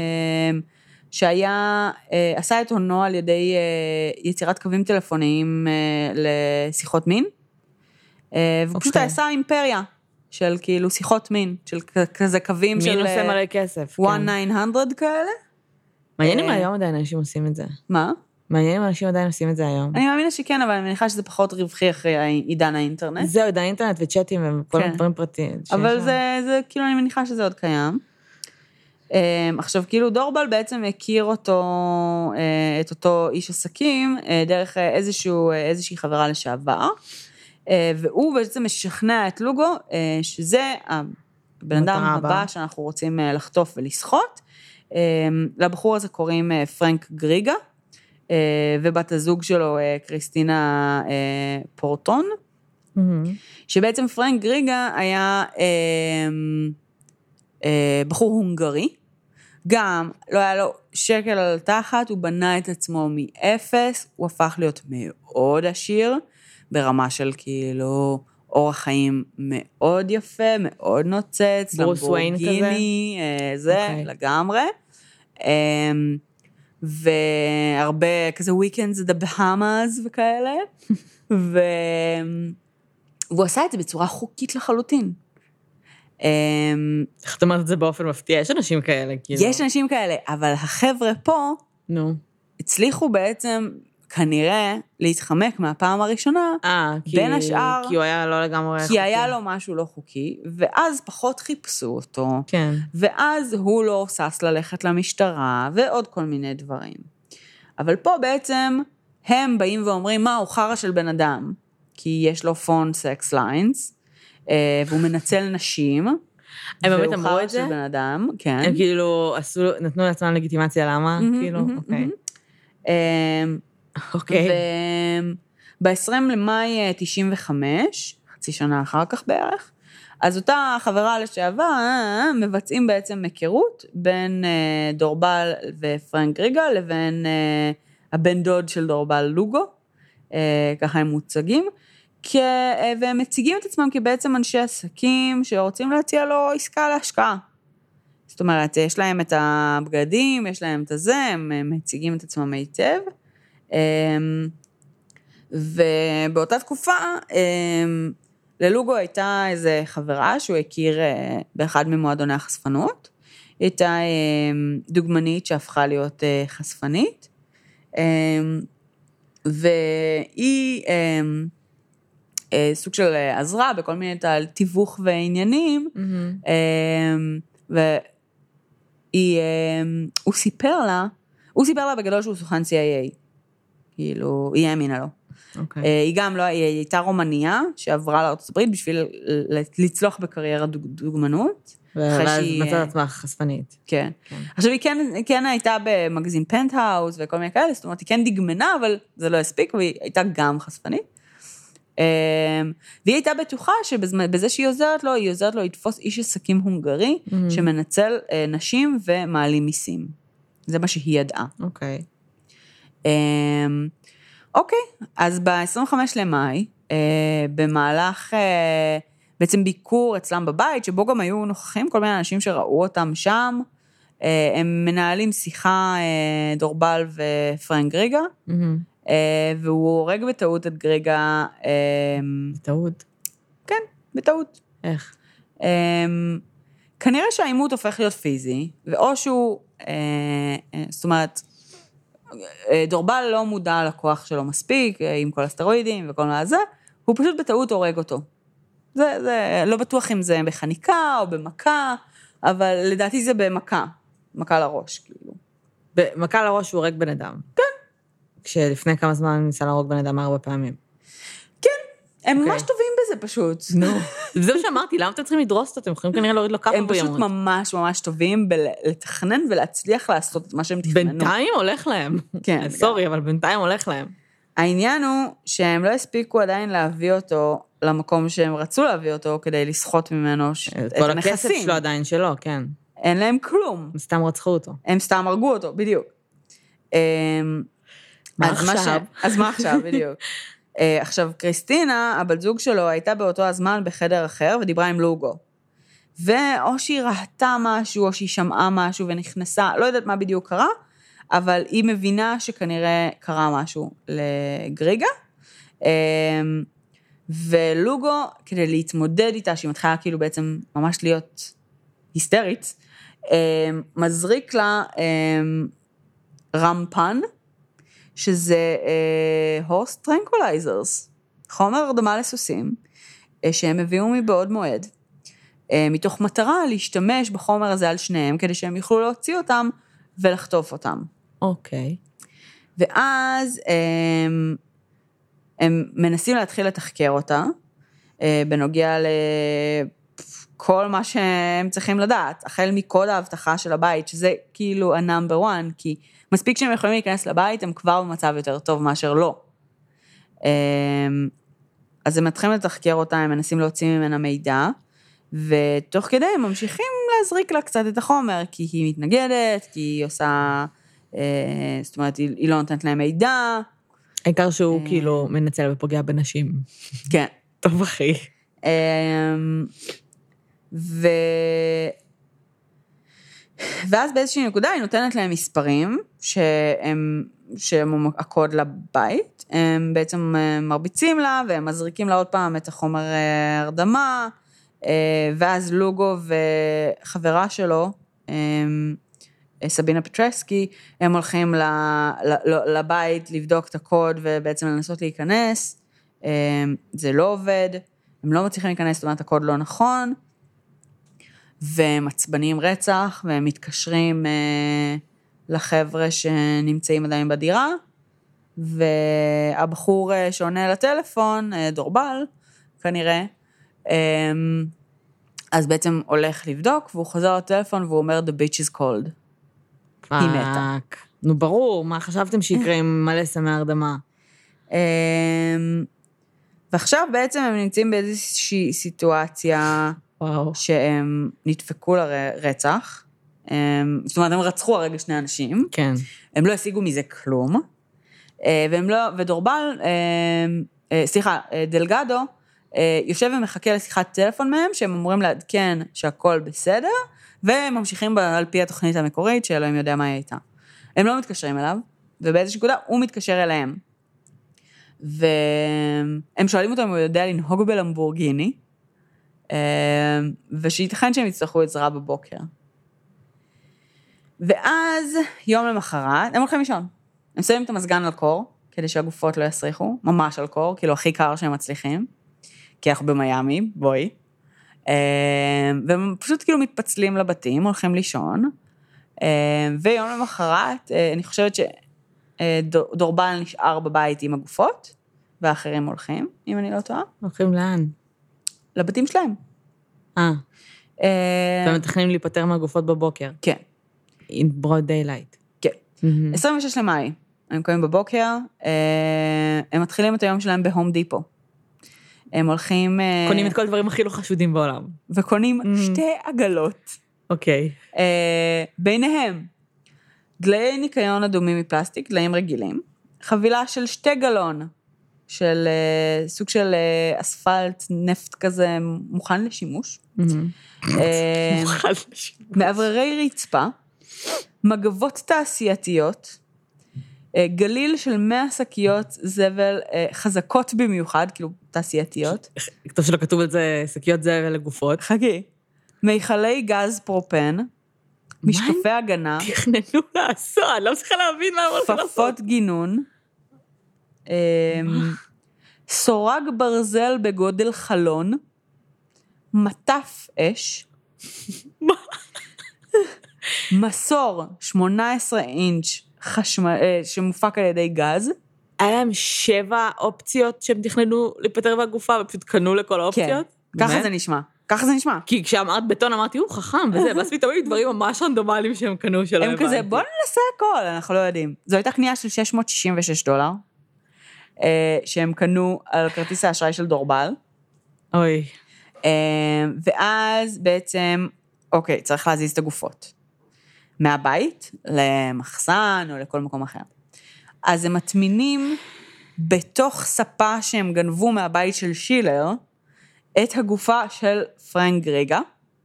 S1: שהיה, עשה את הונו על ידי יצירת קווים טלפוניים לשיחות מין, ופשוט עשה אימפריה של כאילו שיחות מין, של כזה קווים של...
S2: מין עושה מלא כסף.
S1: 1-900 כאלה.
S2: מעניין אם היום עדיין אנשים עושים את זה.
S1: מה?
S2: מעניין אם אנשים עדיין עושים את זה היום.
S1: אני מאמינה שכן, אבל אני מניחה שזה פחות רווחי אחרי עידן האינטרנט.
S2: זהו, עידן האינטרנט וצ'אטים וכל מיני דברים פרטיים.
S1: אבל זה כאילו אני מניחה שזה עוד קיים. עכשיו, כאילו דורבל בעצם הכיר את אותו איש עסקים, דרך איזושהי חברה לשעבר, והוא בעצם משכנע את לוגו, שזה הבן אדם הבא שאנחנו רוצים לחטוף ולסחוט. לבחור הזה קוראים פרנק גריגה, ובת הזוג שלו קריסטינה פורטון, שבעצם פרנק גריגה היה בחור הונגרי, גם לא היה לו שקל על תחת, הוא בנה את עצמו מאפס, הוא הפך להיות מאוד עשיר, ברמה של כאילו אורח חיים מאוד יפה, מאוד נוצץ,
S2: ברוס וויין כזה?
S1: זה לגמרי, והרבה כזה weekends at the Bahamas וכאלה, והוא עשה את זה בצורה חוקית לחלוטין.
S2: איך את אומרת את זה באופן מפתיע? יש אנשים כאלה, כאילו.
S1: יש אנשים כאלה, אבל החבר'ה פה, הצליחו בעצם, כנראה, להתחמק מהפעם הראשונה, בין השאר,
S2: כי הוא היה לא לגמרי חוקי.
S1: כי היה לו משהו לא חוקי, ואז פחות חיפשו אותו,
S2: כן.
S1: ואז הוא לא סס ללכת למשטרה, ועוד כל מיני דברים. אבל פה בעצם, הם באים ואומרים, מה, הוא חרא של בן אדם, כי יש לו פון סקס ליינס, והוא מנצל נשים,
S2: הם באמת אמרו את זה?
S1: של בן אדם, כן.
S2: הם כאילו נתנו לעצמם לגיטימציה, למה? כאילו, אוקיי.
S1: ב-20 למאי 95, חצי שנה אחר כך בערך, אז אותה חברה לשעבר, מבצעים בעצם היכרות בין דורבל ופרנק גריגה, לבין הבן דוד של דורבל לוגו, ככה הם מוצגים, והם מציגים את עצמם כבעצם אנשי עסקים שרוצים להציע לו עסקה להשקעה. זאת אומרת, יש להם את הבגדים, יש להם את הזה, הם מציגים את עצמם היטב, ובאותה תקופה, ללוגו הייתה איזו חברה שהוא הכיר באחד ממועדוני החשפנות, הייתה דוגמנית שהפכה להיות חשפנית, והיא סוג של עזרה בכל מיני תיווך ועניינים, הוא סיפר לה בגדול שהוא סוכן CIA, כאילו, היא האמינה לו. היא גם לא, היא הייתה רומניה, שעברה לארצות הברית בשביל לצלוח בקריירה דוגמנות.
S2: ואז מצאת עצמה חשפנית.
S1: כן. עכשיו, היא כן הייתה במגזין פנטהאוס וכל מיני כאלה, זאת אומרת, היא כן דגמנה, אבל זה לא הספיק, והיא הייתה גם חשפנית. והיא הייתה בטוחה שבזה שהיא עוזרת לו, היא עוזרת לו לתפוס איש עסקים הונגרי, שמנצל נשים ומעלים מיסים. זה מה שהיא ידעה.
S2: אוקיי.
S1: אוקיי, אז ב-25 למאי, במהלך בעצם ביקור אצלם בבית, שבו גם היו נוכחים כל מיני אנשים שראו אותם שם, הם מנהלים שיחה דורבל ופרנק גריגה, והוא הורג בטעות את גריגה.
S2: בטעות?
S1: כן, בטעות.
S2: איך?
S1: כנראה שהאימות הופך להיות פיזי, ואו שהוא, זאת אומרת, דורבל לא מודע לכוח שלו מספיק, עם כל הסטרואידים וכל מה זה, הוא פשוט בטעות הורג אותו. זה לא בטוח אם זה בחניקה או במכה, אבל לדעתי זה במכה, מכה לראש, כאילו.
S2: במכה לראש הוא הורג בן אדם.
S1: כן.
S2: כשלפני כמה זמן ניסה להרוג בן אדם 4 פעמים.
S1: כן, הם ממש טובים בזה פשוט.
S2: נו. זה מה שאמרתי, למה אתם צריכים לדרוס אותו? אתם יכולים כנראה להוריד לו כמה
S1: בימות. הם פשוט ממש ממש טובים לתכנן ולהצליח לעשות את מה שהם תכננו.
S2: בינתיים הולך להם.
S1: כן.
S2: סורי, אבל בינתיים הולך להם.
S1: העניין הוא שהם לא הספיקו עדיין להביא אותו למקום שהם רצו להביא אותו, כדי לסחוט ממנו את הנכסים.
S2: כל הכסף שלו עדיין שלו, כן.
S1: אין להם כלום.
S2: הם סתם רצחו אותו.
S1: הם סתם הרגו אותו, בדיוק.
S2: מה עכשיו?
S1: אז מה עכשיו, בדיוק. עכשיו, קריסטינה, הבת זוג שלו, הייתה באותו הזמן בחדר אחר, ודיברה עם לוגו. ואו שהיא ראתה משהו, או שהיא שמעה משהו, ונכנסה, לא יודעת מה בדיוק קרה, אבל היא מבינה שכנראה קרה משהו לגריגה, ולוגו, כדי להתמודד איתה, שהיא מתחילה כאילו בעצם ממש להיות היסטרית, מזריק לה רמפן, שזה horse tranquilizers, חומר הרדמה לסוסים, שהם הביאו מבעוד מועד, מתוך מטרה להשתמש בחומר הזה על שניהם, כדי שהם יוכלו להוציא אותם ולחטוף אותם.
S2: אוקיי.
S1: ואז הם מנסים להתחיל לתחקר אותה, בנוגע לכל מה שהם צריכים לדעת, החל מקוד ההבטחה של הבית, שזה כאילו ה-number one, כי מספיק שהם יכולים להיכנס לבית, הם כבר במצב יותר טוב מאשר לא. אז הם מתחילים לתחקר אותה, הם מנסים להוציא ממנה מידע, ותוך כדי הם ממשיכים להזריק לה קצת את החומר, כי היא מתנגדת, כי היא עושה, זאת אומרת, היא לא נותנת להם מידע.
S2: העיקר שהוא כאילו מנצל ופוגע בנשים.
S1: כן.
S2: טוב אחי.
S1: ואז באיזושהי נקודה היא נותנת להם מספרים, שהם הקוד לבית, הם בעצם מרביצים לה, והם מזריקים לה עוד פעם את החומר הרדמה, ואז לוגו וחברה שלו, סבינה פטרסקי, הם הולכים לבית לבדוק את הקוד, ובעצם לנסות להיכנס, זה לא עובד, הם לא מצליחים להיכנס, זאת אומרת, הקוד לא נכון, והם עצבנים רצח, והם מתקשרים לחבר'ה שנמצאים עדיין בדירה, והבחור שעונה לטלפון, דורבל, כנראה, אז בעצם הולך לבדוק, והוא חוזר לטלפון, והוא אומר, the bitch is cold. היא מתה.
S2: נו, ברור, מה חשבתם שיקרה עם מלא סמי הרדמה?
S1: ועכשיו בעצם הם נמצאים באיזושהי סיטואציה, שהם נדפקו לרצח, זאת אומרת, הם רצחו הרגע 2 אנשים,
S2: כן.
S1: הם לא השיגו מזה כלום, ודורבל, סליחה, דלגדו, יושב ומחכה לשיחת טלפון מהם, שהם אמורים לעדכן שהכל בסדר, והם ממשיכים על פי התוכנית המקורית, שאלוהים יודע מה היא הייתה. הם לא מתקשרים אליו, ובאיזושהי נקודה הוא מתקשר אליהם. והם שואלים אותו אם הוא יודע לנהוג בלמבורגיני, ושייתכן שהם יצטרכו עזרה בבוקר. ואז יום למחרת, הם הולכים לישון. הם שמים את המזגן על קור, כדי שהגופות לא יסריחו, ממש על קור, כאילו הכי קר שהם מצליחים, כי אנחנו במיימי, בואי. והם פשוט כאילו מתפצלים לבתים, הולכים לישון, ויום למחרת, אני חושבת שדורבל נשאר בבית עם הגופות, והאחרים הולכים, אם אני לא טועה.
S2: הולכים לאן?
S1: לבתים שלהם.
S2: והם מתכננים להיפטר מהגופות בבוקר.
S1: כן.
S2: In broad daylight.
S1: כן. 26 למאי, הם קוראים בבוקר, הם מתחילים את היום שלהם בהום דיפו. הם הולכים...
S2: קונים את כל הדברים הכי לא חשודים בעולם.
S1: וקונים 2 עגלות.
S2: אוקיי.
S1: ביניהם, דלי ניקיון אדומים מפלסטיק, דליים רגילים, חבילה של 2 גלון, של סוג של אספלט, נפט כזה, מוכן לשימוש.
S2: מוכן לשימוש.
S1: מעבררי רצפה, מגבות תעשייתיות, גליל של 100 שקיות זבל חזקות במיוחד, כאילו תעשייתיות.
S2: כתוב שלא כתוב על זה שקיות זבל לגופות.
S1: חכי. מיכלי גז פרופן, משקפי הגנה.
S2: תכננו לעשות, אני לא צריכה להבין מה הם הולכים לעשות.
S1: כפפות גינון, סורג ברזל בגודל חלון, מטף אש, מסור 18 אינץ' שמופק על ידי גז.
S2: היה להם 7 אופציות שהם תכננו להיפטר מהגופה, ופשוט קנו לכל האופציות?
S1: כן, ככה זה נשמע. ככה זה נשמע.
S2: כי כשאמרת בטון אמרתי, הוא חכם וזה, ואז פתאום היו דברים ממש רנדומליים שהם קנו שלא
S1: הם כזה, בוא ננסה הכל, אנחנו לא יודעים. זו הייתה קנייה של $666, שהם קנו על כרטיס האשראי של דורבל.
S2: אוי.
S1: ואז בעצם, אוקיי, צריך להזיז את הגופות. מהבית למחסן או לכל מקום אחר. אז הם מטמינים בתוך ספה שהם גנבו מהבית של שילר, את הגופה של פרנק גריגה,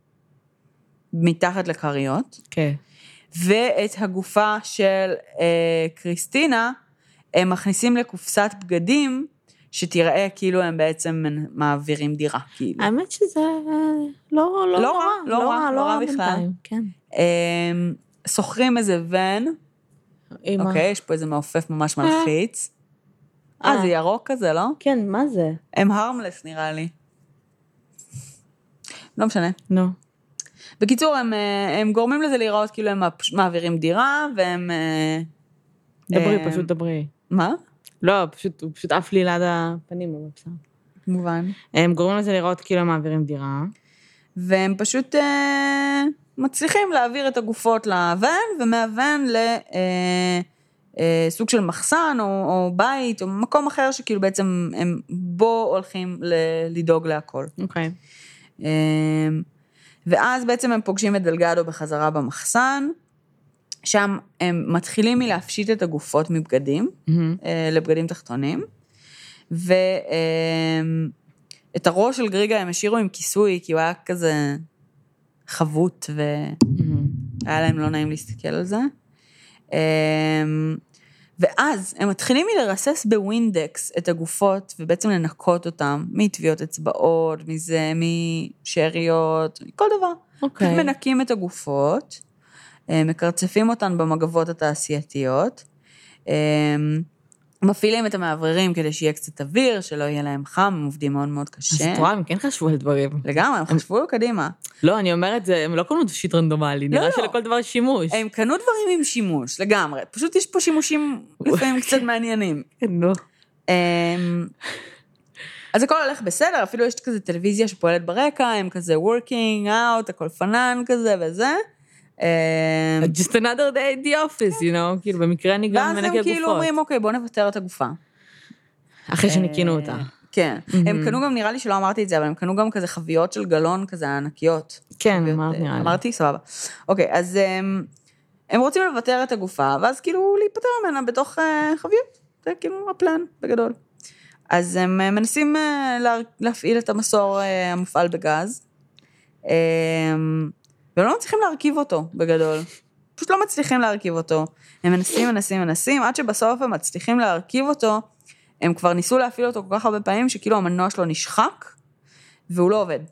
S1: מתחת לקריות,
S2: כן.
S1: ואת הגופה של קריסטינה, הם מכניסים לקופסת בגדים, שתראה כאילו הם בעצם מעבירים דירה, כאילו.
S2: האמת שזה לא רע
S1: בכלל.
S2: כן.
S1: סוחרים איזה ון, אוקיי, יש פה איזה מעופף ממש מלחיץ. זה ירוק כזה, לא?
S2: כן, מה זה?
S1: הם הרמלס נראה לי. לא משנה.
S2: נו.
S1: בקיצור, הם גורמים לזה להיראות כאילו הם מעבירים דירה, והם...
S2: פשוט דברי.
S1: מה?
S2: לא, הוא פשוט עף לי ליד הפנים, אבל בסדר.
S1: כמובן.
S2: הם גורמים לזה לראות כאילו הם מעבירים דירה.
S1: והם פשוט מצליחים להעביר את הגופות לוון, ומהוון לסוג של מחסן, או בית, או מקום אחר שכאילו בעצם הם בו הולכים לדאוג להכל.
S2: אוקיי.
S1: ואז בעצם הם פוגשים את דלגדו בחזרה במחסן, שם הם מתחילים מלהפשיט את הגופות מבגדים, לבגדים תחתונים, ואת הראש של גריגה הם השאירו עם כיסוי, כי הוא היה כזה חבוט, והיה להם לא נעים להסתכל על זה. ואז הם מתחילים מלרסס בווינדקס את הגופות, ובעצם לנקות אותם, מטביעות אצבעות, מזה, משאריות, כל דבר.
S2: אוקיי.
S1: מנקים את הגופות, מקרצפים אותן במגבות התעשייתיות, מפעילים את המעבררים כדי שיהיה קצת אוויר, שלא יהיה להם חם, הם עובדים מאוד מאוד קשה.
S2: אז תראה, הם כן חשבו על דברים.
S1: לגמרי, הם חשבו קדימה.
S2: לא, אני אומרת, הם לא קנו שיט רנדומלי, נראה שלכל דבר שימוש.
S1: הם קנו דברים עם שימוש, לגמרי. פשוט יש פה שימושים לפעמים קצת מעניינים.
S2: נו.
S1: אז הכל הולך בסדר, אפילו יש כזה טלוויזיה שפועלת ברקע, הם כזה working out, הכל פנן כזה וזה.
S2: Just another day at the office, you know, כאילו במקרה אני גם מנקה גופות.
S1: ואז הם כאילו אומרים, אוקיי, בוא נוותר את הגופה.
S2: אחרי שניקינו אותה.
S1: כן, הם קנו גם, נראה לי שלא אמרתי את זה, אבל הם קנו גם כזה חביות של גלון כזה ענקיות.
S2: כן, אמרת נראה לי.
S1: אמרתי, סבבה. אוקיי, אז הם רוצים לוותר את הגופה, ואז כאילו להיפטר ממנה בתוך חביות. זה כאילו הפלן בגדול. אז הם מנסים להפעיל את המסור המופעל בגז, והם לא מצליחים להרכיב אותו בגדול. פשוט לא מצליחים להרכיב אותו. הם מנסים, עד שבסוף הם מצליחים להרכיב אותו, הם כבר ניסו להפעיל אותו כל כך הרבה פעמים, שכאילו המנוע שלו נשחק, והוא לא עובד.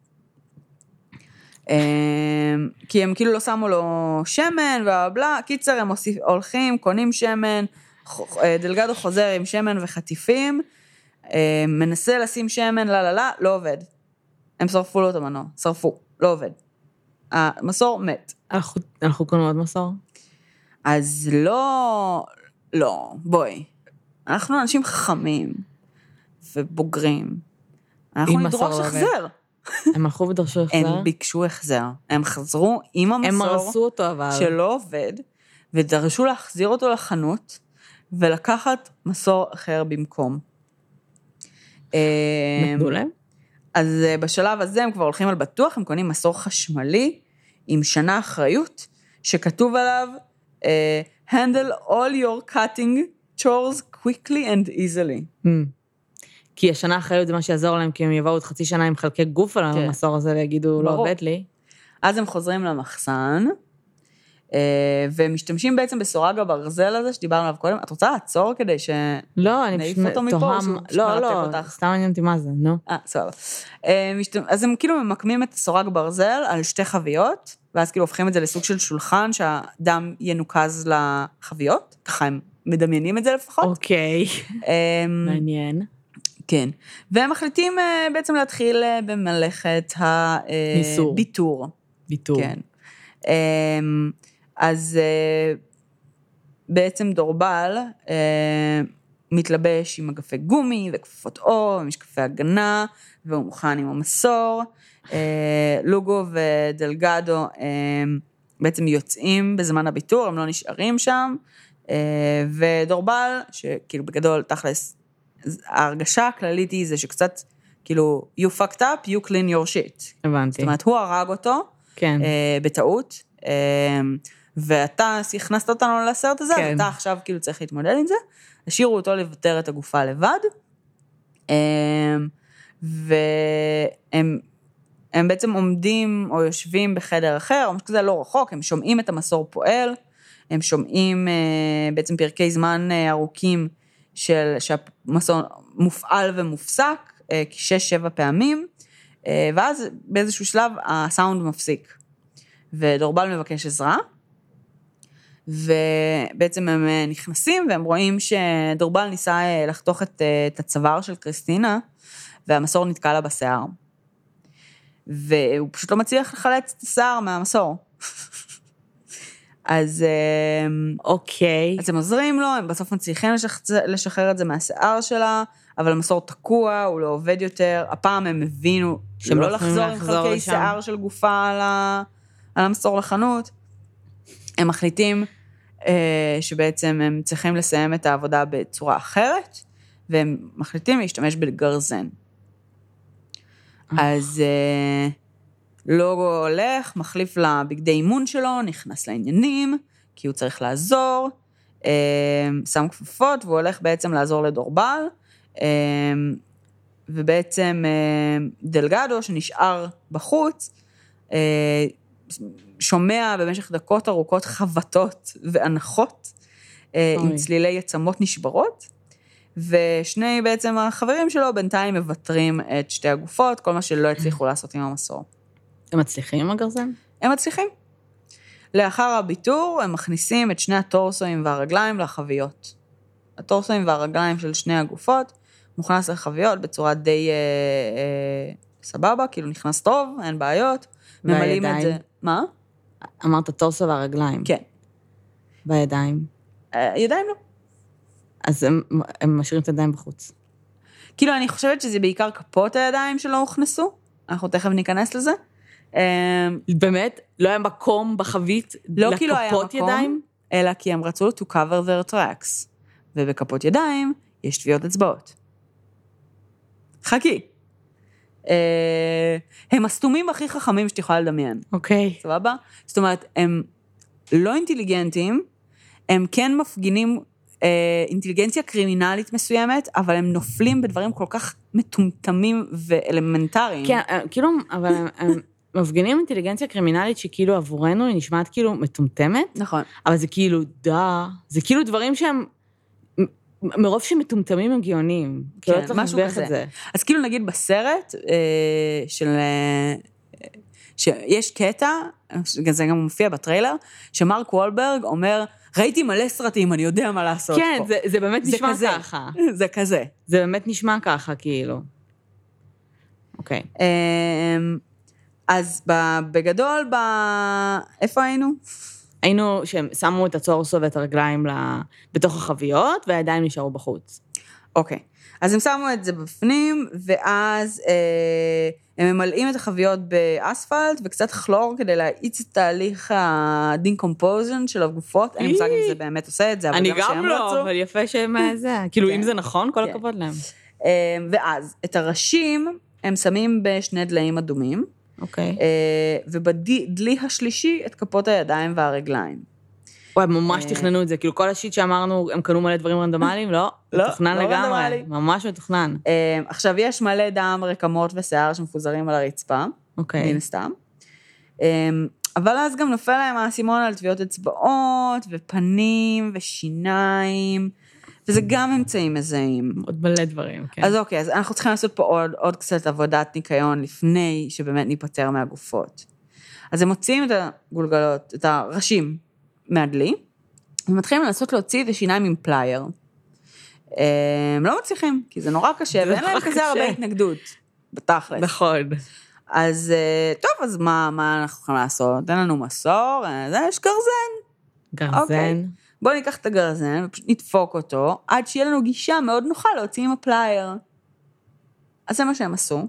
S1: כי הם כאילו לא שמו לו שמן, ובלה, קיצר הם הולכים, קונים שמן, דלגדו חוזר עם שמן וחטיפים, מנסה לשים שמן, לא עובד. הם שרפו לו את המנוע, לא עובד. המסור מת.
S2: אנחנו קנו עוד מסור?
S1: אז לא, בואי. אנחנו אנשים חכמים. ובוגרים. אנחנו נדרוש החזר.
S2: הם הלכו ודרשו החזר?
S1: הם ביקשו החזר. הם חזרו עם המסור.
S2: הם הרסו אותו אבל.
S1: שלא עובד, ודרשו להחזיר אותו לחנות, ולקחת מסור אחר במקום.
S2: נתנו להם?
S1: אז בשלב הזה הם כבר הולכים על בטוח, הם קונים מסור חשמלי, עם שנה אחריות, שכתוב עליו, handle all your cutting chores quickly and easily.
S2: כי השנה אחריות זה מה שיעזור להם, כי הם יבואו עוד חצי שנה עם חלקי גוף על המסור הזה, ויגידו, לא עובד לי.
S1: אז הם חוזרים למחסן, ומשתמשים בעצם בסורג הברזל הזה, שדיברנו עליו קודם. את רוצה לעצור כדי שנעיף אותו מפה?
S2: לא, סתם מעניין אותי מה זה, נו.
S1: סבבה. אז הם כאילו ממקמים את הסורג ברזל על שתי חביות, ואז כאילו הופכים את זה לסוג של שולחן, שהדם ינוקז לחביות, ככה הם מדמיינים את זה לפחות.
S2: אוקיי, מעניין.
S1: כן, והם מחליטים בעצם להתחיל במלאכת הביטור.
S2: ביטור.
S1: כן. אז בעצם דורבל מתלבש עם אגפי גומי וכפפות אור ומשקפי הגנה, והוא מוכן עם המסור. לוגו ודלגדו בעצם יוצאים בזמן הביטור, הם לא נשארים שם, ודורבל, שכאילו בגדול תכלס, ההרגשה הכללית היא זה שקצת, כאילו, you fucked up, you clean your shit.
S2: הבנתי.
S1: זאת אומרת, הוא הרג אותו,
S2: כן.
S1: בטעות, ואתה הכנסת אותנו לסרט הזה,
S2: כן.
S1: ואתה עכשיו כאילו צריך להתמודד עם זה, השאירו אותו לוותר את הגופה לבד, והם בעצם עומדים או יושבים בחדר אחר, או משהו כזה לא רחוק, הם שומעים את המסור פועל, הם שומעים בעצם פרקי זמן ארוכים, שהמסור מופעל ומופסק, כ6-7 פעמים, ואז באיזשהו שלב הסאונד מפסיק, ודורבל מבקש עזרה, ובעצם הם נכנסים, והם רואים שדורבל ניסה לחתוך את הצוואר של קריסטינה, והמסור נתקע לה בשיער. והוא פשוט לא מצליח לחלץ את השיער מהמסור. אז
S2: אוקיי.
S1: אז הם עוזרים לו, הם בסוף מצליחים לשחרר את זה מהשיער שלה, אבל המסור תקוע, הוא לא עובד יותר, הפעם הם הבינו שלא לחזור עם חלקי שיער של גופה על המסור לחנות, הם מחליטים שבעצם הם צריכים לסיים את העבודה בצורה אחרת, והם מחליטים להשתמש בגרזן. אז לוגו הולך, מחליף לבגדי אימון שלו, נכנס לעניינים, כי הוא צריך לעזור, שם כפפות, והוא הולך בעצם לעזור לדורבל, ובעצם דלגדו שנשאר בחוץ, שומע במשך דקות ארוכות חבטות והנחות, עם צלילי עצמות נשברות, ושני בעצם החברים שלו בינתיים מבטרים את שתי הגופות, כל מה שלא הצליחו לעשות עם המסור.
S2: הם מצליחים עם הגרזן?
S1: הם מצליחים. לאחר הביטור, הם מכניסים את שני הטורסואים והרגליים לחביות. הטורסואים והרגליים של שני הגופות, מוכנס לחביות בצורה די סבבה, כאילו נכנס טוב, אין בעיות. ממלאים את זה. מה?
S2: אמרת טורסו והרגליים.
S1: כן.
S2: בידיים?
S1: ידיים לא.
S2: אז הם משאירים את הידיים בחוץ.
S1: כאילו, אני חושבת שזה בעיקר כפות הידיים שלא הוכנסו, אנחנו תכף ניכנס לזה.
S2: באמת? לא היה מקום בחבית
S1: לא כי לא היה
S2: לכפות
S1: מקום,
S2: ידיים?
S1: אלא כי הם רצו to cover their tracks, ובכפות ידיים יש טביעות אצבעות. חכי. הם הסתומים הכי חכמים שאת יכולה לדמיין.
S2: אוקיי.
S1: סבבה? זאת אומרת, הם לא אינטליגנטים, הם כן מפגינים אינטליגנציה קרימינלית מסוימת, אבל הם נופלים בדברים כל כך מטומטמים ואלמנטריים.
S2: כן, כאילו, אבל הם מפגינים אינטליגנציה קרימינלית שכאילו עבורנו היא נשמעת כאילו מטומטמת.
S1: נכון.
S2: אבל זה כאילו, זה כאילו דברים שהם, מרוב שמטומטמים הם גאונים.
S1: כן, משהו כזה. אז כאילו נגיד בסרט שיש קטע, זה גם מופיע בטריילר, שמרק וולברג אומר, ראיתי מלא סרטים, אני יודע מה לעשות
S2: כן,
S1: פה.
S2: זה באמת נשמע
S1: כזה.
S2: ככה.
S1: זה כזה.
S2: זה באמת נשמע ככה, כאילו. אוקיי.
S1: אז בגדול, איפה היינו?
S2: היינו שהם שמו את הצורסו ואת הרגליים בתוך החביות, והידיים נשארו בחוץ.
S1: אוקיי. אז הם שמו את זה בפנים, ואז הם ממלאים את החביות באספלט, וקצת כלור כדי להאיץ את תהליך ה-decomposition של הגופות. אין לי מושג אם זה באמת עושה את זה, אבל גם שהם רצו.
S2: אני גם לא, אבל יפה שהם זה. כאילו, אם זה נכון, כל הכבוד להם.
S1: ואז, את הראשים הם שמים בשני דליים אדומים,
S2: אוקיי.
S1: ובדלי השלישי את כפות הידיים והרגליים.
S2: וואי, ממש תכננו את זה, כאילו כל השיט שאמרנו, הם קנו מלא דברים רנדומליים, לא? מתוכנן לגמרי, ממש מתוכנן.
S1: עכשיו, יש מלא דם, רקמות ושיער שמפוזרים על הרצפה, מן הסתם. אבל אז גם נופל להם האסימון על טביעות אצבעות, ופנים, ושיניים, וזה גם אמצעים מזהים.
S2: עוד מלא דברים, כן.
S1: אז אוקיי, אז אנחנו צריכים לעשות פה עוד קצת עבודת ניקיון, לפני שבאמת ניפטר מהגופות. אז הם מוציאים את הגולגלות, את הראשים, מהדלי, ומתחילים לנסות להוציא את השיניים עם פלייר. הם לא מצליחים, כי זה נורא קשה, ואין להם כזה הרבה התנגדות, בתכלס.
S2: נכון.
S1: אז טוב, אז מה אנחנו יכולים לעשות? אין לנו מסור, יש גרזן.
S2: גרזן.
S1: בואו ניקח את הגרזן, ופשוט נדפוק אותו, עד שיהיה לנו גישה מאוד נוחה להוציא עם הפלייר. אז זה מה שהם עשו.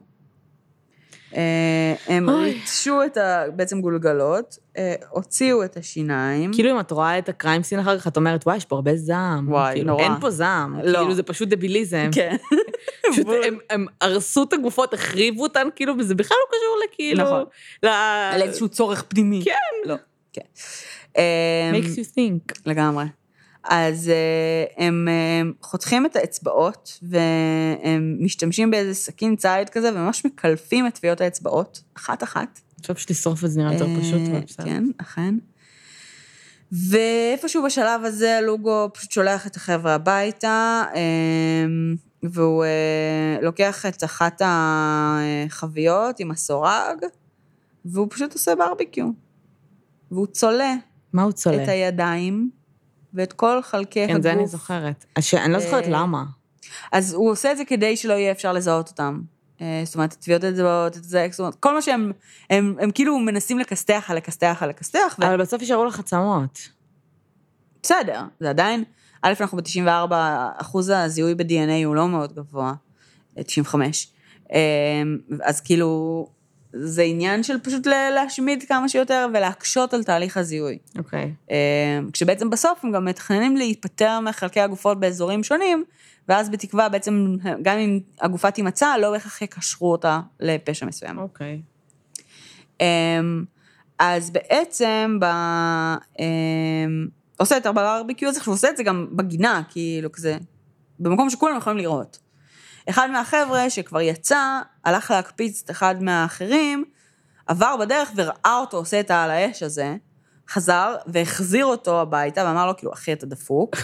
S1: הם ריצשו את בעצם גולגלות, הוציאו את השיניים.
S2: כאילו אם את רואה את הקריים סין אחר כך, את אומרת, וואי, יש פה הרבה זעם.
S1: וואי, נורא.
S2: אין פה זעם. כאילו זה פשוט דביליזם.
S1: כן.
S2: פשוט הם הרסו את הגופות, החריבו אותן, כאילו, וזה בכלל לא קשור לכאילו.
S1: נכון. על איזשהו צורך פנימי.
S2: כן.
S1: לא, כן.
S2: makes you think.
S1: לגמרי. אז הם חותכים את האצבעות, והם משתמשים באיזה סכין ציד כזה, וממש מקלפים את טביעות האצבעות, אחת-אחת.
S2: עכשיו שתשרוף את זה נראה יותר פשוט.
S1: כן, אכן. ואיפשהו בשלב הזה, לוגו פשוט שולח את החבר'ה הביתה, והוא לוקח את אחת החביות עם הסורג, והוא פשוט עושה ברביקיו. והוא צולה.
S2: מה הוא צולה?
S1: את הידיים, ואת כל חלקי הגוף.
S2: כן, זה אני זוכרת. אני לא זוכרת למה.
S1: אז הוא עושה את זה כדי שלא יהיה אפשר לזהות אותם. זאת אומרת, טביעות אצבעות, כל מה שהם, הם כאילו מנסים לקסתח.
S2: אבל בסוף יישארו לך עצמות.
S1: בסדר, זה עדיין, א', אנחנו ב-94%, הזיהוי ב-DNA הוא לא מאוד גבוה, 95. אז כאילו, זה עניין של פשוט להשמיד כמה שיותר, ולהקשות על תהליך הזיהוי.
S2: אוקיי.
S1: כשבעצם בסוף הם גם מתכננים להיפטר מחלקי הגופות באזורים שונים, ואז בתקווה בעצם, גם אם הגופה תימצא, לא בהכרח יקשרו אותה לפשע מסוים.
S2: אוקיי.
S1: אז בעצם, עושה את הברביקיו הזה, הוא עושה את זה גם בגינה, כאילו כזה, במקום שכולם יכולים לראות. אחד מהחבר'ה שכבר יצא, הלך להקפיץ את אחד מהאחרים, עבר בדרך וראה אותו עושה את העל האש הזה, חזר והחזיר אותו הביתה, ואמר לו, כאילו, אחי, אתה דפוק.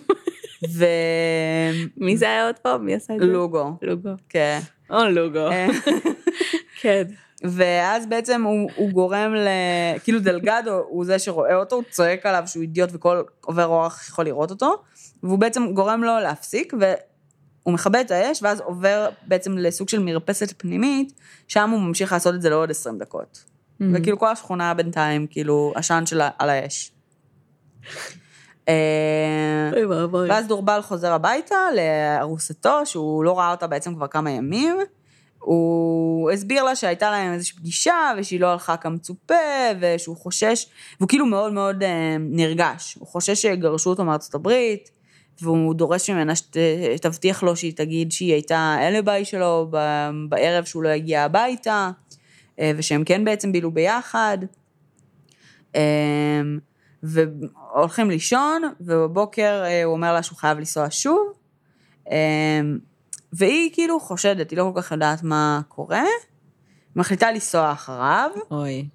S2: מי זה היה עוד פעם? מי עשה את זה?
S1: לוגו.
S2: לוגו.
S1: כן.
S2: לוגו. כן.
S1: ואז בעצם הוא גורם כאילו דלגדו, הוא זה שרואה אותו, הוא צועק עליו שהוא אידיוט וכל עובר אורח יכול לראות אותו, והוא בעצם גורם לו להפסיק, והוא מכבה את האש, ואז עובר בעצם לסוג של מרפסת פנימית, שם הוא ממשיך לעשות את זה לעוד 20 דקות. וכאילו כל השכונה בינתיים, כאילו, עשן שלה על האש. ואז דורבל חוזר הביתה לארוסתו, שהוא לא ראה אותה בעצם כבר כמה ימים, הוא הסביר לה שהייתה להם איזושהי פגישה, ושהיא לא הלכה כמצופה, ושהוא חושש, והוא כאילו מאוד מאוד נרגש, הוא חושש שיגרשו אותו מארצות הברית, והוא דורש ממנה שתבטיח לו שהיא תגיד שהיא הייתה אלביי שלו, בערב שהוא לא הגיע הביתה, ושהם כן בעצם בילו ביחד, והולכים לישון, ובבוקר הוא אומר לה שהוא חייב לנסוע שוב, והיא כאילו חושדת, היא לא כל כך יודעת מה קורה, מחליטה לנסוע אחריו,
S2: אוי.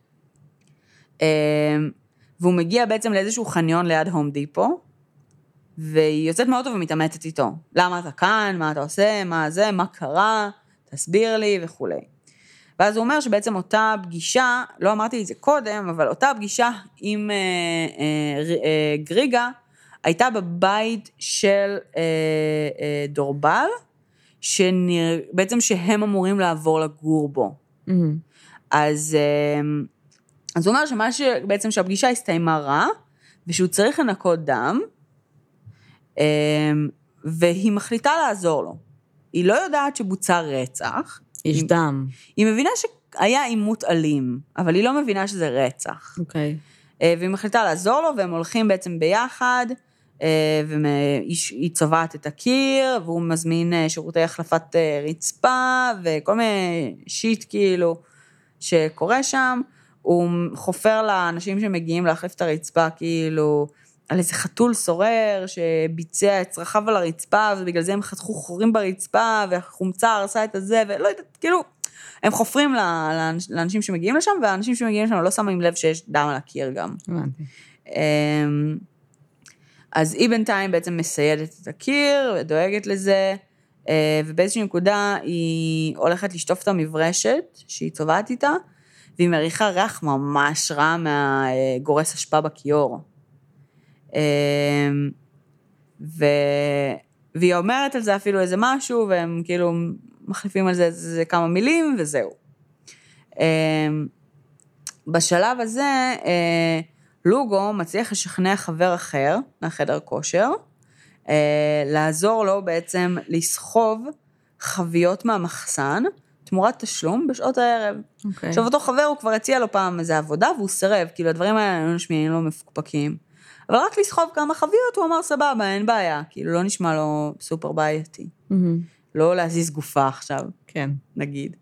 S1: והוא מגיע בעצם לאיזשהו חניון ליד הום דיפו, והיא יוצאת מהאוטו ומתעמתת איתו. למה אתה כאן? מה אתה עושה? מה זה? מה קרה? תסביר לי וכו'. ואז הוא אומר שבעצם אותה פגישה, לא אמרתי את זה קודם, אבל אותה פגישה עם גריגה, הייתה בבית של דורבל, בעצם שהם אמורים לעבור לגור בו. אז הוא אומר שבעצם שהפגישה הסתיימה רע, ושהוא צריך לנקות דם, והיא מחליטה לעזור לו. היא לא יודעת שבוצע רצח.
S2: יש דם.
S1: היא מבינה שהיה עימות אלים, אבל היא לא מבינה שזה רצח.
S2: אוקיי.
S1: והיא מחליטה לעזור לו, והם הולכים בעצם ביחד, והיא צובעת את הקיר, והוא מזמין שירותי החלפת רצפה, וכל מיני שיט כאילו שקורה שם. הוא חופר לאנשים שמגיעים להחליף את הרצפה, כאילו, על איזה חתול סורר שביצע את צרכיו על הרצפה, ובגלל זה הם חתכו חורים ברצפה, והחומצה הרסה את הזה, ולא יודעת, כאילו, הם חופרים לאנשים שמגיעים לשם, והאנשים שמגיעים לשם לא שמים לב שיש דם על הקיר גם.
S2: הבנתי.
S1: אז היא בינתיים בעצם מסיידת את הקיר, ודואגת לזה, ובאיזושהי נקודה היא הולכת לשטוף את המברשת, שהיא צובעת איתה, והיא מריחה ריח ממש רע מהגורס אשפה בכיור. והיא אומרת על זה אפילו איזה משהו, והם כאילו מחליפים על זה כמה מילים, וזהו. בשלב הזה, לוגו מצליח לשכנע חבר אחר, מהחדר כושר, לעזור לו בעצם לסחוב חביות מהמחסן, תמורת תשלום בשעות הערב.
S2: Okay.
S1: עכשיו, אותו חבר הוא כבר הציע לו פעם איזה עבודה, והוא סרב, כאילו הדברים האלה לא נשמעים לו מפוקפקים. אבל רק לסחוב כמה חביות, הוא אמר סבבה, אין בעיה, כאילו לא נשמע לו סופר בעייתי. לא להזיז גופה עכשיו,
S2: כן.
S1: נגיד.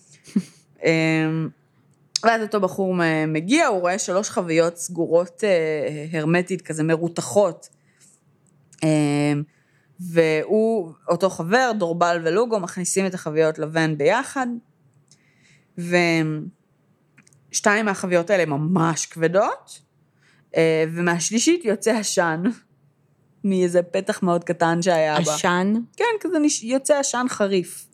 S1: ואז אותו בחור מגיע, הוא רואה 3 חביות סגורות הרמטית, כזה מרותחות, והוא, אותו חבר, דורבל ולוגו, מכניסים את החביות לבן ביחד, ו2 מהחביות האלה ממש כבדות, ומהשלישית יוצא עשן, מאיזה פתח מאוד קטן שהיה בה.
S2: עשן?
S1: כן, כזה יוצא עשן חריף.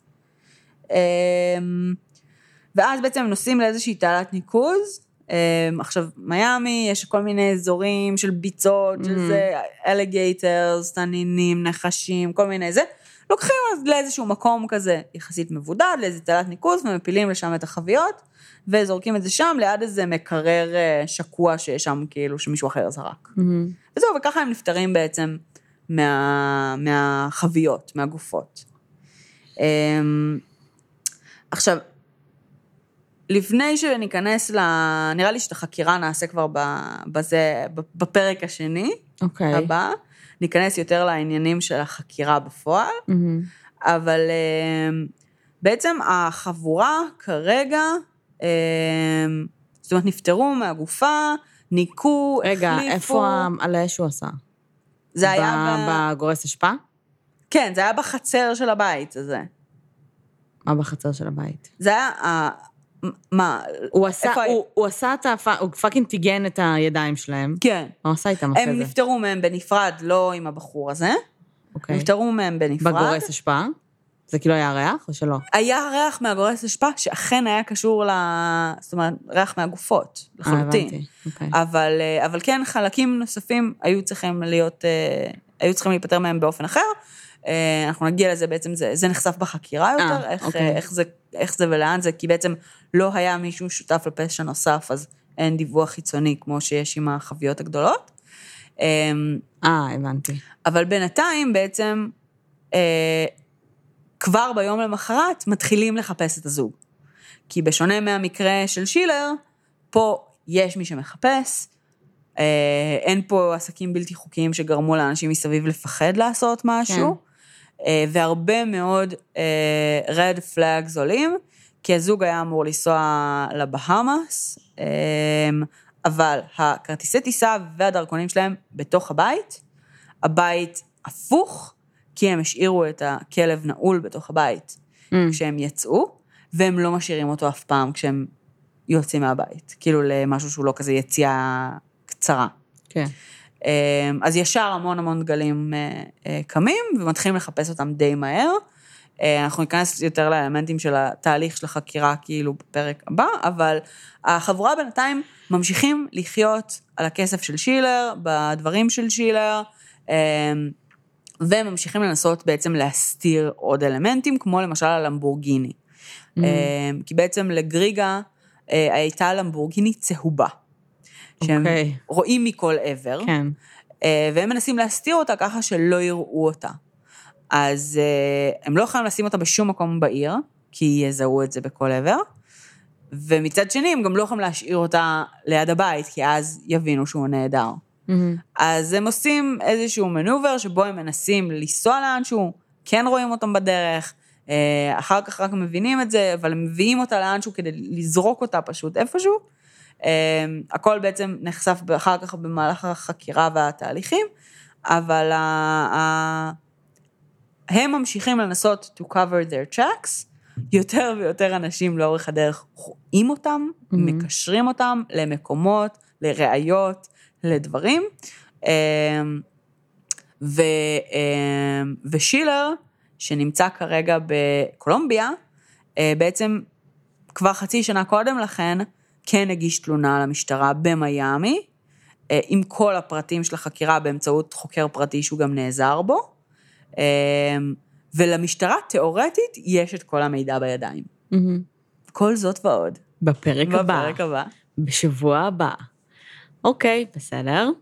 S1: ואז בעצם נוסעים לאיזושהי תעלת ניקוז, עכשיו, מיימי, יש כל מיני אזורים של ביצות, שזה אלגייטרס, תנינים, נחשים, כל מיני זה, לוקחים לאיזשהו מקום כזה, יחסית מבודד, לאיזו תעלת ניקוז, ומפילים לשם את החביות, וזורקים את זה שם, ליד איזה מקרר שקוע שיש שם, כאילו, שמישהו אחר זרק. וזהו, וככה הם נפטרים בעצם מהחביות, מהגופות. עכשיו, לפני שניכנס נראה לי שאת החקירה נעשה כבר בפרק השני, הבא, ניכנס יותר לעניינים של החקירה בפועל, אבל בעצם החבורה כרגע, זאת אומרת, נפטרו מהגופה, ניקו,
S2: רגע,
S1: החליפו.
S2: איפה על האש הוא עשה?
S1: זה היה
S2: בגורס אשפה?
S1: כן, זה היה בחצר של הבית הזה.
S2: מה בחצר של הבית?
S1: זה היה, מה?
S2: הוא עשה את הוא פאקינג טיגן את הידיים שלהם.
S1: כן.
S2: מה עשה איתם אחרי זה?
S1: הם נפטרו מהם בנפרד, לא עם הבחור הזה.
S2: אוקיי.
S1: נפטרו מהם בנפרד.
S2: בגורס אשפה? זה כאילו היה ריח או שלא?
S1: היה ריח מהגורס אשפה, שאכן היה קשור זאת אומרת, ריח מהגופות, לחלוטין.
S2: אוקיי.
S1: אבל כן, חלקים נוספים היו צריכים להיפטר מהם באופן אחר. אנחנו נגיע לזה בעצם, זה נחשף בחקירה יותר, איך זה ולאן זה, כי בעצם לא היה מישהו שותף לפשע נוסף, אז אין דיווח חיצוני כמו שיש עם החביות הגדולות.
S2: הבנתי.
S1: אבל בינתיים בעצם, כבר ביום למחרת מתחילים לחפש את הזוג. כי בשונה מהמקרה של שילר, פה יש מי שמחפש, אין פה עסקים בלתי חוקיים שגרמו לאנשים מסביב לפחד לעשות משהו, והרבה מאוד red flags עולים, כי הזוג היה אמור לנסוע לבהאמאס, אבל הכרטיסי טיסה והדרכונים שלהם בתוך הבית הפוך, כי הם השאירו את הכלב נעול בתוך הבית כשהם יצאו, והם לא משאירים אותו אף פעם כשהם יוצאים מהבית, כאילו למשהו שהוא לא כזה יציאה קצרה.
S2: כן.
S1: אז ישר המון דגלים קמים, ומתחילים לחפש אותם די מהר. אנחנו ניכנס יותר לאלמנטים של התהליך של החקירה, כאילו בפרק הבא, אבל החבורה בינתיים ממשיכים לחיות על הכסף של שילר, בדברים של שילר, וממשיכים לנסות בעצם להסתיר עוד אלמנטים, כמו למשל הלמבורגיני. כי בעצם לגריגה הייתה למבורגיני צהובה. שהם רואים מכל עבר, והם מנסים להסתיר אותה ככה שלא יראו אותה. אז הם לא יכולים לשים אותה בשום מקום בעיר, כי יזהו את זה בכל עבר, ומצד שני הם גם לא יכולים להשאיר אותה ליד הבית, כי אז יבינו שהוא נהדר. אז הם עושים איזשהו מנובר, שבו הם מנסים לנסוע לאנשהו, כן רואים אותם בדרך, אחר כך רק מבינים את זה, אבל הם מביאים אותה לאנשהו כדי לזרוק אותה פשוט איפשהו. הכל בעצם נחשף אחר כך במהלך החקירה והתהליכים, אבל הם ממשיכים לנסות to cover their tracks, יותר ויותר אנשים לאורך הדרך רואים אותם, מקשרים אותם למקומות, לראיות, לדברים, ושילר, שנמצא כרגע בקולומביה, בעצם כבר חצי שנה קודם לכן, כן הגיש תלונה למשטרה במיימי, עם כל הפרטים של החקירה, באמצעות חוקר פרטי שהוא גם נעזר בו, ולמשטרה תיאורטית יש את כל המידע בידיים. כל זאת ועוד.
S2: בפרק הבא.
S1: בפרק הבא.
S2: בשבוע הבא. אוקיי, בסדר.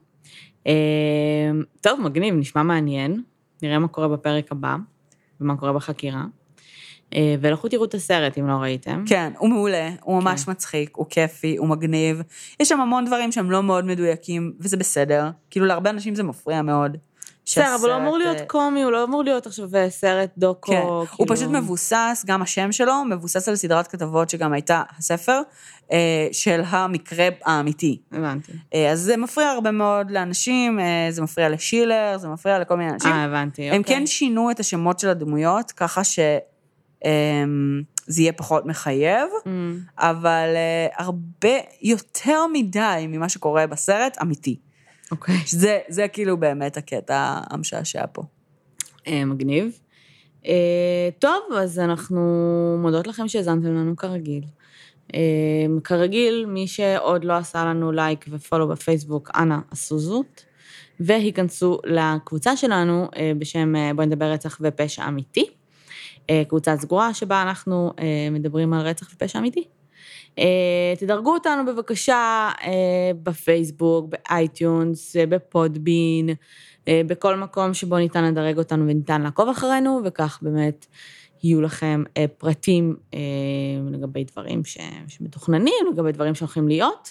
S2: טוב, מגניב, נשמע מעניין. נראה מה קורה בפרק הבא, ומה קורה בחקירה. ולכו תראו את הסרט, אם לא ראיתם.
S1: כן, הוא מעולה, הוא ממש מצחיק, הוא כיפי, הוא מגניב. יש שם המון דברים שהם לא מאוד מדויקים, וזה בסדר. כאילו, להרבה אנשים זה מפריע מאוד.
S2: בסדר, אבל הוא אמור להיות קומי, הוא לא אמור להיות עכשיו סרט דוקו.
S1: כן, הוא פשוט מבוסס, גם השם שלו, מבוסס על סדרת כתבות שגם הייתה הספר, של המקרה האמיתי.
S2: הבנתי.
S1: אז זה מפריע הרבה מאוד לאנשים, זה מפריע לשילר, זה מפריע לכל מיני אנשים.
S2: הבנתי,
S1: הם כן שינו את השמות של הדמויות, ככה שזה יהיה פחות מחייב, אבל הרבה יותר מדי ממה שקורה בסרט, אמיתי.
S2: אוקיי.
S1: זה כאילו באמת הקטע המשעשע פה.
S2: מגניב. טוב, אז אנחנו מודות לכם שהזנתם לנו כרגיל. כרגיל, מי שעוד לא עשה לנו לייק ופולו בפייסבוק, אנא עשו זאת, והיכנסו לקבוצה שלנו בשם בואי נדבר רצח ופשע אמיתי, קבוצה סגורה שבה אנחנו מדברים על רצח ופשע אמיתי. תדרגו אותנו בבקשה בפייסבוק, באייטיונס, בפודבין, בכל מקום שבו ניתן לדרג אותנו וניתן לעקוב אחרינו, וכך באמת יהיו לכם פרטים לגבי דברים שמתוכננים, לגבי דברים שהולכים להיות.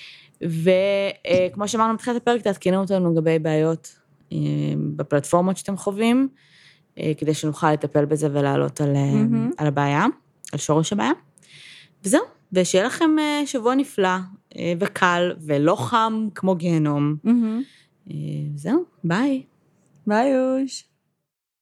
S2: וכמו שאמרנו בתחילת הפרק, תעדכנו אותנו לגבי בעיות בפלטפורמות שאתם חווים, כדי שנוכל לטפל בזה ולעלות על הבעיה, על שורש הבעיה. וזהו, ושיהיה לכם שבוע נפלא וקל ולא חם כמו גיהנום. זהו, ביי.
S1: ביי יוש.